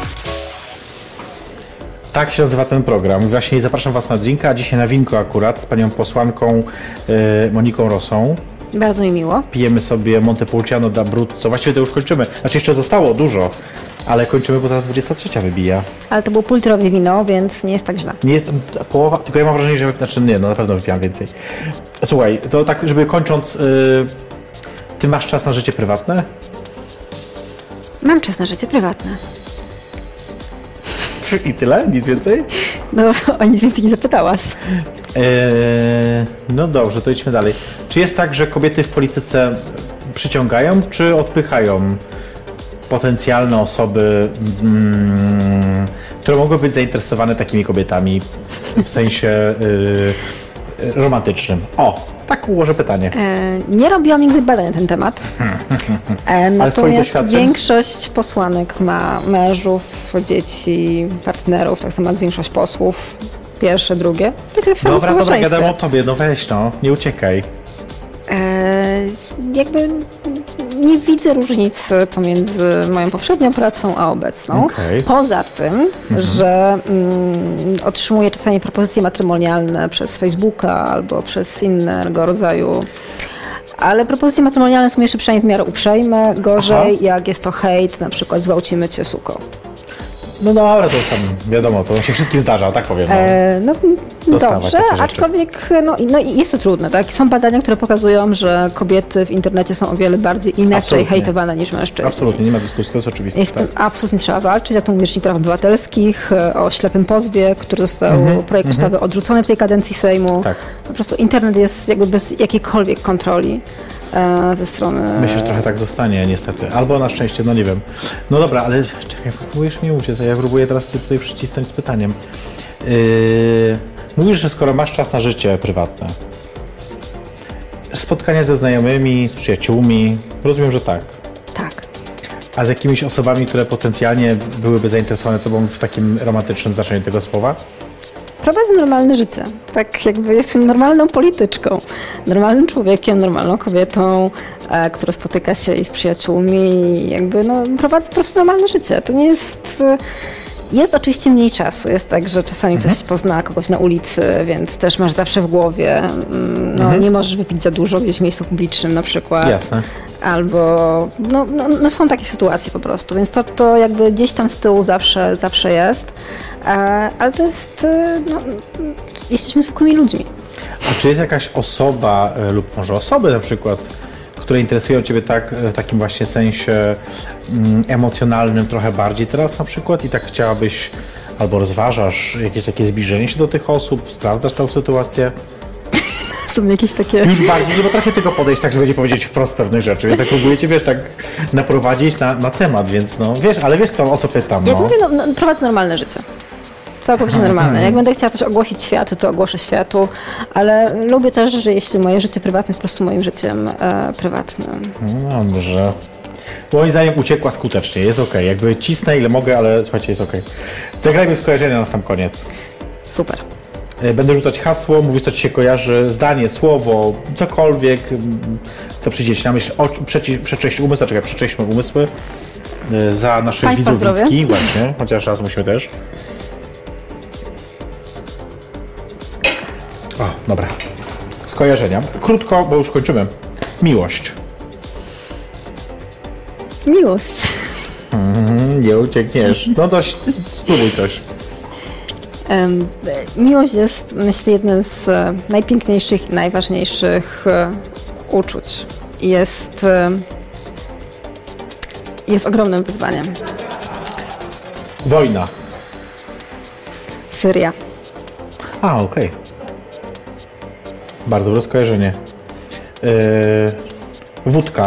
Tak się nazywa ten program. Właśnie zapraszam Was na drinka, a dzisiaj na winko akurat z panią posłanką y, Moniką Rosą. Bardzo mi miło. Pijemy sobie Montepulciano d'Abruzzo. Właściwie to już kończymy. Znaczy jeszcze zostało dużo, ale kończymy, bo zaraz dwudziesta trzecia wybija. Ale to było półlitrowe wino, więc nie jest tak źle. Nie jest połowa, tylko ja mam wrażenie, że... Znaczy nie, no na pewno wypijam więcej. Słuchaj, to tak, żeby kończąc... Y, ty masz czas na życie prywatne? Mam czas na życie prywatne. I tyle? Nic więcej? No, o nic więcej nie zapytałaś. Eee, no dobrze, to idźmy dalej. Czy jest tak, że kobiety w polityce przyciągają, czy odpychają potencjalne osoby, mm, które mogły być zainteresowane takimi kobietami w sensie yy, romantycznym? O, tak ułożę pytanie. E, nie robiłam nigdy badań na ten temat. E, natomiast większość posłanek ma mężów, dzieci, partnerów, tak samo jak większość posłów. Pierwsze, drugie. Tak jak w samym Dobra, dobra, gadam o tobie, no weź no, nie uciekaj. E, jakby nie widzę różnicy pomiędzy moją poprzednią pracą a obecną. Okay. Poza tym, mhm. że mm, otrzymuję czasami propozycje matrymonialne przez Facebooka albo przez innego rodzaju. Ale propozycje matrymonialne są jeszcze przynajmniej w miarę uprzejme. Gorzej, Aha. jak jest to hejt, na przykład zgwałcimy cię, suko. No dobra, to tam wiadomo, to się wszystkim zdarza, tak powiem. No, e, no dobrze, aczkolwiek no, no jest to trudne, tak? Są badania, które pokazują, że kobiety w internecie są o wiele bardziej inaczej absolutnie. hejtowane niż mężczyźni. Absolutnie, nie ma dyskusji, to jest oczywiste. Jest tak. Absolutnie trzeba walczyć, jak to mówił Rzecznik Praw Obywatelskich, o ślepym pozwie, który został mm-hmm, projekt mm-hmm. ustawy odrzucony w tej kadencji Sejmu. Tak. Po prostu internet jest jakby bez jakiejkolwiek kontroli ze strony... Myślę, że trochę tak zostanie, niestety. Albo na szczęście, no nie wiem. No dobra, ale czekaj, próbujesz mnie uciec, a ja próbuję teraz tutaj przycisnąć z pytaniem. Yy, mówisz, że skoro masz czas na życie prywatne, spotkania ze znajomymi, z przyjaciółmi, rozumiem, że tak. Tak. A z jakimiś osobami, które potencjalnie byłyby zainteresowane tobą w takim romantycznym znaczeniu tego słowa? Prowadzę normalne życie. Tak jakby jestem normalną polityczką, normalnym człowiekiem, normalną kobietą, e, która spotyka się i z przyjaciółmi i jakby no, prowadzę po prostu normalne życie. To nie jest... E, jest oczywiście mniej czasu. Jest tak, że czasami mhm. ktoś pozna kogoś na ulicy, więc też masz zawsze w głowie, no mhm. nie możesz wypić za dużo gdzieś w miejscu publicznym na przykład. Jasne. Albo no, no, no są takie sytuacje po prostu, więc to, to jakby gdzieś tam z tyłu zawsze, zawsze jest, e, ale to jest, no, jesteśmy zwykłymi ludźmi. A czy jest jakaś osoba lub może osoby na przykład, które interesują Ciebie tak, w takim właśnie sensie mm, emocjonalnym trochę bardziej teraz na przykład i tak chciałabyś albo rozważasz jakieś takie zbliżenie się do tych osób, sprawdzasz tę sytuację? Są jakieś takie... Już bardziej nie potrafię tego podejść tak, żeby nie powiedzieć wprost pewnych rzeczy. Ja tak próbuję Cię, wiesz, tak naprowadzić na, na temat, więc no, wiesz, ale wiesz co, o co pytam, no. Jak mówię, no, no, prowadzę normalne życie. Całkowicie normalne. Jak będę chciała coś ogłosić światu, to ogłoszę światu, ale lubię też, że jeśli moje życie prywatne jest po prostu moim życiem e, prywatnym. No dobrze. Moim zdaniem uciekła skutecznie, jest okej. Okay. Jakby cisnę ile mogę, ale słuchajcie, jest okej. Okay. Zagrajmy skojarzenia na sam koniec. Super. Będę rzucać hasło, mówisz, co Ci się kojarzy, zdanie, słowo, cokolwiek, co przyjdzie Ci na myśl. Przeczyść umysły, czekaj, przeczyśmy umysły za naszych Państwa widzów widzki, właśnie, chociaż raz musimy też. O, dobra. skojarzenia. Krótko, bo już kończymy. Miłość. Miłość. Mm, nie uciekniesz. No dość, spróbuj coś. Um, miłość jest, myślę, jednym z e, najpiękniejszych i najważniejszych e, uczuć. Jest, e, jest ogromnym wyzwaniem. Wojna. Syria. A, okej. Okay. Bardzo dobre skojarzenie. Yy, wódka.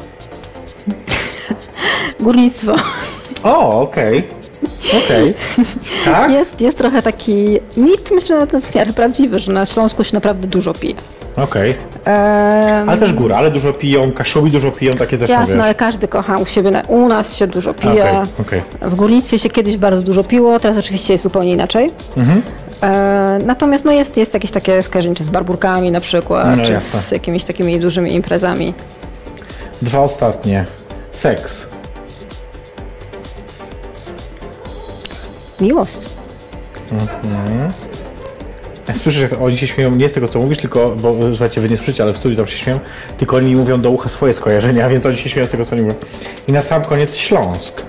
Górnictwo. O, okej. Okay. Okej. Okay. Tak? Jest, jest trochę taki mit, myślę, że w miarę prawdziwy, że na Śląsku się naprawdę dużo pije. Okej. Okay. Ehm, ale też góra, ale dużo piją, Kaszubi dużo piją, takie też jasne, są, wiesz. ale każdy kocha u siebie. Na, u nas się dużo pije. Okay, okay. W górnictwie się kiedyś bardzo dużo piło, teraz oczywiście jest zupełnie inaczej. Mhm. E, natomiast no jest, jest jakieś takie skojarzenie, czy z barburkami na przykład, no, czy jasne. z jakimiś takimi dużymi imprezami. Dwa ostatnie. Seks. Miłość. Mhm. Słyszę, że oni się śmieją nie z tego, co mówisz, tylko, bo słuchajcie, wy nie słyszycie, ale w studiu tam się śmieją, tylko oni mi mówią do ucha swoje skojarzenia, więc oni się śmieją z tego, co oni mówią. I na sam koniec Śląsk.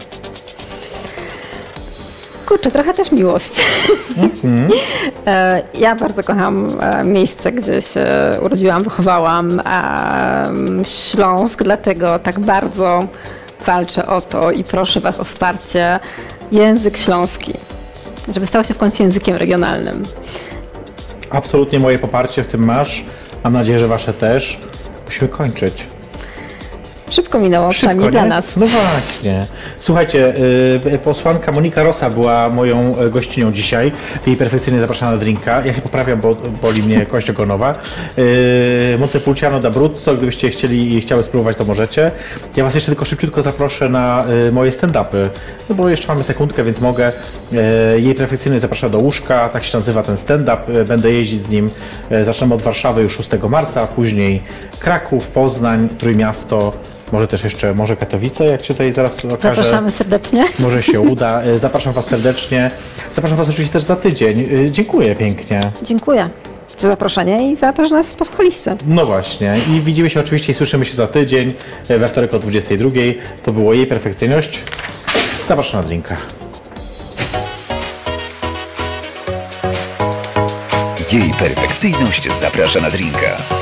Kurczę, trochę też miłość. Mm-hmm. Ja bardzo kocham miejsce, gdzie się urodziłam, wychowałam. Śląsk, dlatego tak bardzo walczę o to i proszę was o wsparcie. Język śląski, żeby stał się w końcu językiem regionalnym. Absolutnie moje poparcie w tym masz. Mam nadzieję, że wasze też. Musimy kończyć. Szybko minęło, przynajmniej Szybko, dla nie? nas. No właśnie. Słuchajcie, y, posłanka Monika Rosa była moją gościnią dzisiaj. Jej perfekcyjnie zapraszana na drinka. Ja się poprawiam, bo boli mnie kość ogonowa. Y, Montepulciano d'Abruzzo, gdybyście chcieli i chciały spróbować, to możecie. Ja was jeszcze tylko szybciutko zaproszę na y, moje stand-upy, no bo jeszcze mamy sekundkę, więc mogę. Y, jej perfekcyjnie zaprasza do łóżka, tak się nazywa ten stand-up. Y, będę jeździć z nim. Y, zaczynamy od Warszawy już szóstego marca, później Kraków, Poznań, Trójmiasto. Może też jeszcze, może Katowice, jak się tutaj zaraz okaże. Zapraszamy serdecznie. Może się uda. Zapraszam was serdecznie. Zapraszam was oczywiście też za tydzień. Dziękuję pięknie. Dziękuję za zaproszenie i za to, że nas posłuchaliście. No właśnie. I widzimy się oczywiście i słyszymy się za tydzień, we wtorek o dwudziestej drugiej. To było Jej perfekcyjność. Zapraszam na drinka. Jej perfekcyjność zaprasza na drinka.